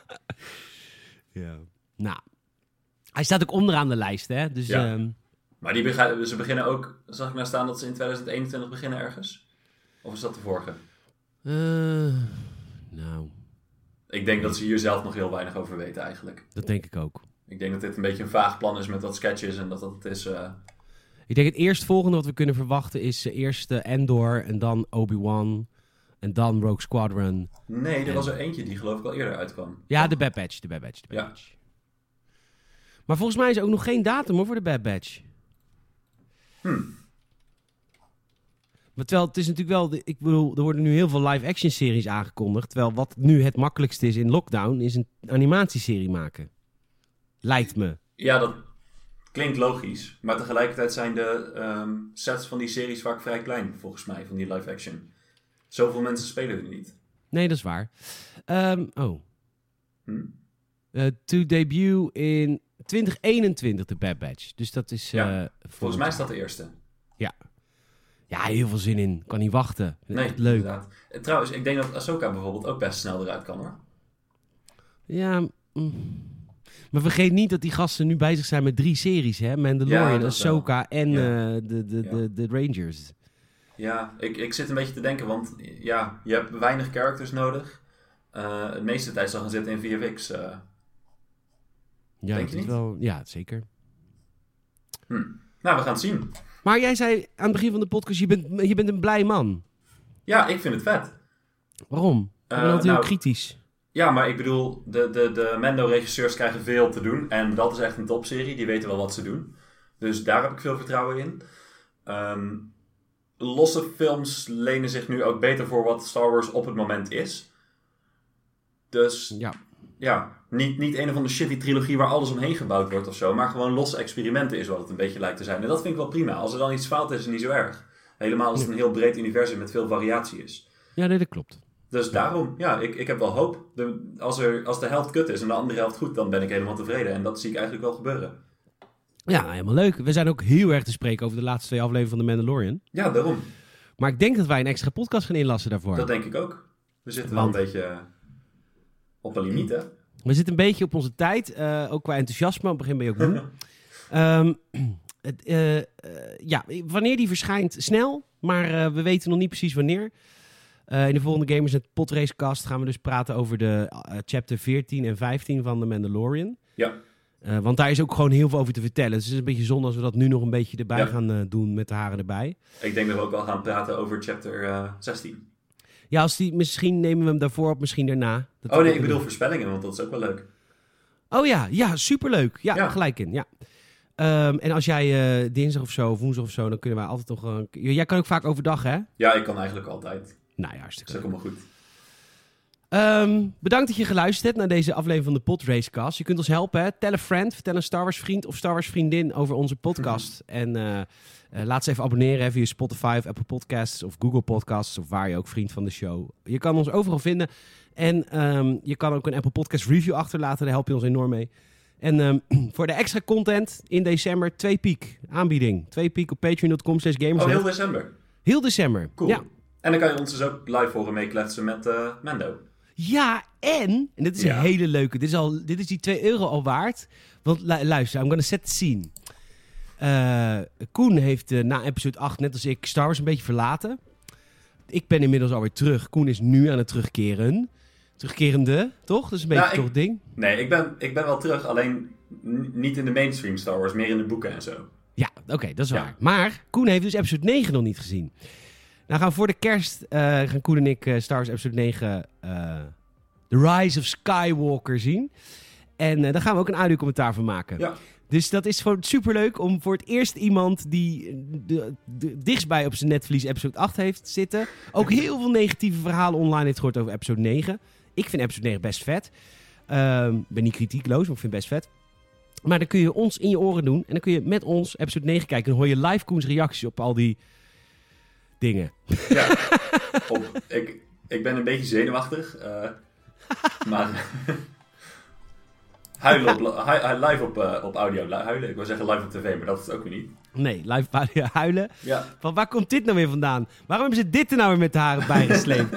Ja. Nou, hij staat ook onderaan de lijst, hè? Dus, ja. um... Maar die bega- ze beginnen ook... Zag ik nou staan dat ze in twintig eenentwintig beginnen ergens? Of is dat de vorige? Uh, nou... Ik denk dat ze hier zelf nog heel weinig over weten eigenlijk. Dat denk ik ook. Ik denk dat dit een beetje een vaag plan is met wat sketches en dat dat het is... Uh... Ik denk het eerstvolgende wat we kunnen verwachten is uh, eerst uh, Endor en dan Obi-Wan en dan Rogue Squadron. Nee, er en... was er eentje die geloof ik al eerder uitkwam. Ja, de Bad Batch. De Bad Batch, de Bad ja. Batch. Maar volgens mij is er ook nog geen datum hoor, voor de Bad Batch. Hmm. Maar terwijl het is natuurlijk wel... De, ik bedoel, er worden nu heel veel live-action series aangekondigd. Terwijl wat nu het makkelijkste is in lockdown... is een animatieserie maken. Lijkt me. Ja, dat klinkt logisch. Maar tegelijkertijd zijn de um, sets van die series vaak vrij klein, volgens mij, van die live-action. Zoveel mensen spelen er niet. Nee, dat is waar. Um, oh. Hm? Uh, to debut in twintig eenentwintig, de Bad Batch. Dus dat is... Uh, ja, volgens mij is dat de eerste. Ja. Ja, heel veel zin in. Kan niet wachten. Nee, echt leuk. Inderdaad. Trouwens, ik denk dat Ahsoka bijvoorbeeld ook best snel eruit kan, hoor. Ja, mm. maar vergeet niet dat die gasten nu bezig zijn met drie series, hè? Mandalorian, ja, Ahsoka en ja. uh, de, de, ja. de, de Rangers. Ja, ik, ik zit een beetje te denken, want ja, je hebt weinig characters nodig. Uh, de meeste tijd zal gaan zitten in V F X. Uh, ja, denk dat je is niet? wel, ja, zeker. Hm. Nou, we gaan het zien. Maar jij zei aan het begin van de podcast, je bent, je bent een blij man. Ja, ik vind het vet. Waarom? Ik ben altijd nou, heel kritisch. Ja, maar ik bedoel, de, de, de Mando-regisseurs krijgen veel te doen. En dat is echt een topserie. Die weten wel wat ze doen. Dus daar heb ik veel vertrouwen in. Um, losse films lenen zich nu ook beter voor wat Star Wars op het moment is. Dus Ja. ja, niet, niet een of andere shitty trilogie waar alles omheen gebouwd wordt of zo. Maar gewoon losse experimenten is wat het een beetje lijkt te zijn. En dat vind ik wel prima. Als er dan iets fout is, is het niet zo erg. Helemaal als het een heel breed universum met veel variatie is. Ja, nee, dat klopt. Dus daarom, ja, ik, ik heb wel hoop. De, als, er, als de helft kut is en de andere helft goed, dan ben ik helemaal tevreden. En dat zie ik eigenlijk wel gebeuren. Ja, nou, helemaal leuk. We zijn ook heel erg te spreken over de laatste twee afleveringen van The Mandalorian. Ja, daarom. Maar ik denk dat wij een extra podcast gaan inlassen daarvoor. Dat denk ik ook. We zitten Want- wel een beetje op een limiet, hè? We zitten een beetje op onze tijd, uh, ook qua enthousiasme. Op het begin ben je ook moe. um, het, uh, uh, ja, wanneer die verschijnt, snel. Maar uh, we weten nog niet precies wanneer. Uh, in de volgende Gamersnet Podracecast gaan we dus praten over de uh, chapter veertien en vijftien van The Mandalorian. Ja. Uh, want daar is ook gewoon heel veel over te vertellen. Dus het is een beetje zonde als we dat nu nog een beetje erbij Ja. gaan uh, doen met de haren erbij. Ik denk dat we ook wel gaan praten over chapter uh, zestien. Ja, als die, misschien nemen we hem daarvoor op, misschien daarna. Dat Oh nee, ik bedoel voorspellingen, want dat is ook wel leuk. Oh ja, ja, superleuk. Ja, Ja. gelijk in, ja. Um, en als jij uh, dinsdag of zo, of woensdag of zo, dan kunnen wij altijd nog... Uh, jij kan ook vaak overdag, hè? Ja, ik kan eigenlijk altijd. Nou ja, hartstikke Dat is ook leuk. helemaal goed. Um, bedankt dat je geluisterd hebt naar deze aflevering van de Podracecast. Je kunt ons helpen, hè? Tel een friend, vertel een Star Wars vriend of Star Wars vriendin over onze podcast. en uh, uh, laat ze even abonneren hè, via Spotify of Apple Podcasts of Google Podcasts of waar je ook vriend van de show. Je kan ons overal vinden. En um, je kan ook een Apple Podcast review achterlaten, daar help je ons enorm mee. En um, voor de extra content in december, twee piek aanbieding. Twee piek op patreon dot com slash gamersnet. Oh, heel december. Heel december. Cool. Ja. En dan kan je ons dus ook live horen meekletsen met uh, Mando. Ja, en, en dit is Ja. een hele leuke, dit is, al, dit is die twee euro al waard. Want lu- luister, I'm gonna set the scene. Uh, Koen heeft uh, na episode acht, net als ik, Star Wars een beetje verlaten. Ik ben inmiddels alweer terug. Koen is nu aan het terugkeren. Terugkerende, toch? Dat is een beetje Nou, toch ik- het ding. Nee, ik ben, ik ben wel terug, alleen n- niet in de mainstream Star Wars, meer in de boeken en zo. Ja, oké, okay, dat is Ja. waar. Maar Koen heeft dus episode negen nog niet gezien. Nou gaan we voor de kerst, uh, gaan Koen en ik uh, Star Wars episode negen, uh, The Rise of Skywalker zien. En uh, daar gaan we ook een audiocommentaar van maken. Ja. Dus dat is gewoon superleuk om voor het eerst iemand die de, de, dichtstbij op zijn netvlies episode acht heeft zitten. Ook heel veel negatieve verhalen online heeft gehoord over episode negen. Ik vind episode negen best vet. Ik um, ben niet kritiekloos, maar ik vind het best vet. Maar dan kun je ons in je oren doen. En dan kun je met ons episode negen kijken. En dan hoor je live Koens reacties op al die dingen. Ja. Op, ik, ik ben een beetje zenuwachtig. Uh, maar huilen op, hu- hu- live op, uh, op audio. Li- Huilen, ik wil zeggen live op tv, maar dat is het ook weer niet. Nee, live huilen. Ja. Van waar komt dit nou weer vandaan? Waarom hebben ze dit er nou weer met de haren bijgesleept?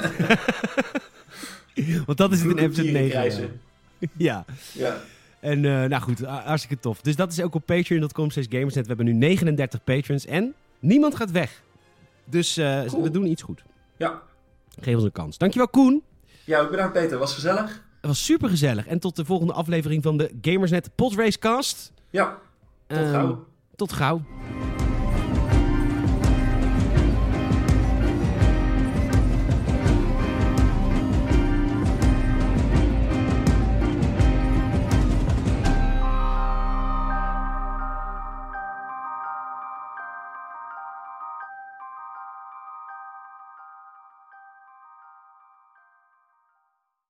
Want dat is het in episode negen. Krijzen. Ja. Ja. En uh, nou goed, hartstikke tof. Dus dat is ook op patreon dot com slash gamersnet. We hebben nu negenendertig patrons en niemand gaat weg. Dus uh, Cool. we doen iets goed. Ja. Geef ons een kans. Dankjewel Koen. Ja, ook bedankt Peter. Was gezellig. Het was super gezellig. En tot de volgende aflevering van de Gamersnet Podracecast. Ja. Tot Um, gauw. Tot gauw.